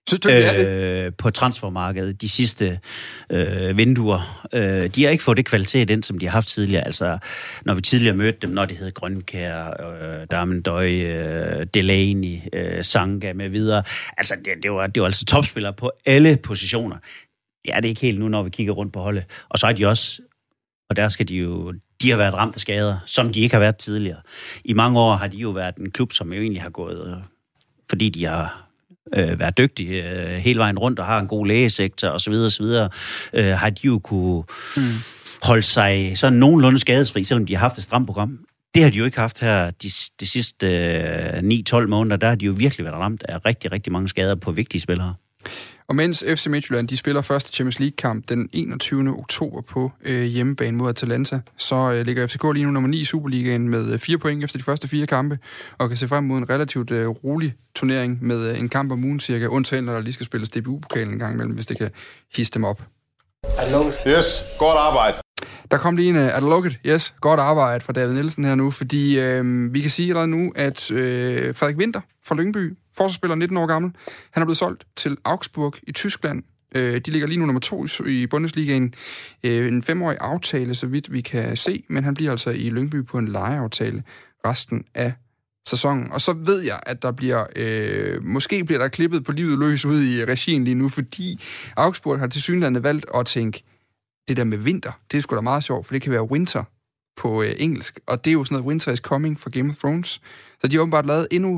på transfermarkedet de sidste vinduer. De har ikke fået det kvalitet ind, som de har haft tidligere. Altså, når vi tidligere mødte dem, når det hed Grønkær, Darmendøj, Delaney, Sanga med videre. Altså, det var altså topspillere på alle positioner. Det er det ikke helt nu, når vi kigger rundt på holdet. Og så er de også, og der skal de har været ramt af skader, som de ikke har været tidligere. I mange år har de jo været en klub, som jo egentlig har gået, fordi de har været dygtige hele vejen rundt og har en god lægesektor osv., har de jo kunne holde sig sådan nogenlunde skadesfri, selvom de har haft et stramt program. Det har de jo ikke haft her de sidste 9-12 måneder. Der har de jo virkelig været ramt af rigtig, rigtig mange skader på vigtige spillere. Og mens FC Midtjylland, de spiller første Champions League-kamp den 21. oktober på hjemmebane mod Atalanta, så ligger FCK lige nu nummer 9 i Superligaen med 4 point efter de første 4 kampe, og kan se frem mod en relativt rolig turnering med en kamp om ugen cirka, undtagen når der lige skal spilles DBU-pokalen en gang imellem, hvis det kan hisse dem op. Yes, godt arbejde. Der kom lige en, er der lukket? Yes, godt arbejde fra David Nielsen her nu, fordi vi kan sige allerede nu, at Frederik Winther fra Lyngby, forsvarsspiller 19 år gammel, han er blevet solgt til Augsburg i Tyskland. De ligger lige nu nummer 2 i Bundesligaen. En 5-årig aftale, så vidt vi kan se, men han bliver altså i Lyngby på en lejeaftale resten af sæsonen. Og så ved jeg, at der bliver, måske bliver der klippet på livet løs ud i regien lige nu, fordi Augsburg har tilsyneladende valgt at tænke, det der med vinter, det er sgu da meget sjovt, for det kan være winter på engelsk, og det er jo sådan noget Winter is Coming for Game of Thrones. Så de har åbenbart lavet endnu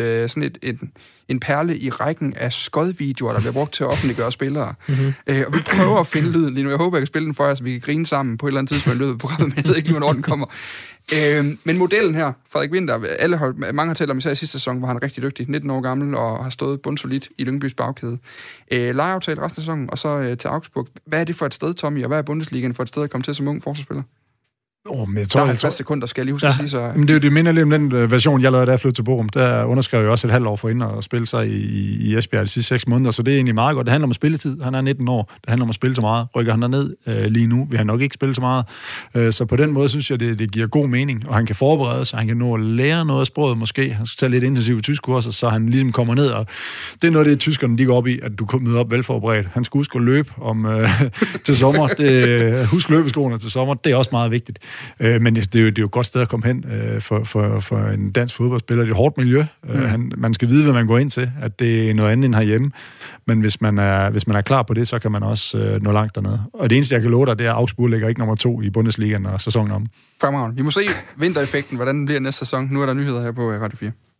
en perle i rækken af skodvideoer, der bliver brugt til at offentliggøre spillere. Og vi prøver at finde lyden lige nu. Jeg håber, jeg kan spille den for jer, så vi kan grine sammen på et eller andet tidspunkt i løbet af programmet, men jeg ved ikke lige, hvornår den kommer. Men modellen her, Frederik Winther, mange har talt om især i sidste sæson, hvor han er rigtig dygtig, 19 år gammel, og har stået bundsolidt i Lyngbys bagkæde. Lejeaftale resten af sæsonen, og så til Augsburg. Hvad er det for et sted, Tommy, og hvad er Bundesligaen for et sted at komme til som ung forsvarsspiller? Men jeg tror, der er 50 sekunder, skal jeg lige huske at sige. Så... Men det minder lidt om den version, jeg lavede, da jeg flyttede til Borum. Der underskrev jeg også et halvt år for inden og spille sig i Esbjerg de sidste 6 måneder, så det er egentlig meget godt. Det handler om spilletid. Han er 19 år. Det handler om at spille så meget. Rykker han derned lige nu, vil han nok ikke spille så meget. Så på den måde synes jeg, det giver god mening, og han kan forberede sig, han kan nå at lære noget af sproget måske. Han skal tage lidt intensive tyskkurser, så han ligesom kommer ned, og det er noget af det, tyskerne de går op i, at du kommer op velforberedt. Han skal huske at løbe til sommer. Husk løbeskoene til sommer, det er også meget vigtigt. Men det er jo et godt sted at komme hen for en dansk fodboldspiller. Det er et hårdt miljø. Man skal vide, hvad man går ind til, at det er noget andet end herhjemme. Men hvis man er klar på det, så kan man også nå langt dernede. Og det eneste, jeg kan love dig, det er, at Augsburg ligger ikke nummer 2 i Bundesligaen og sæsonen om. Fremragende. Vi må se vintereffekten, hvordan den bliver næste sæson. Nu er der nyheder her på Radio 4.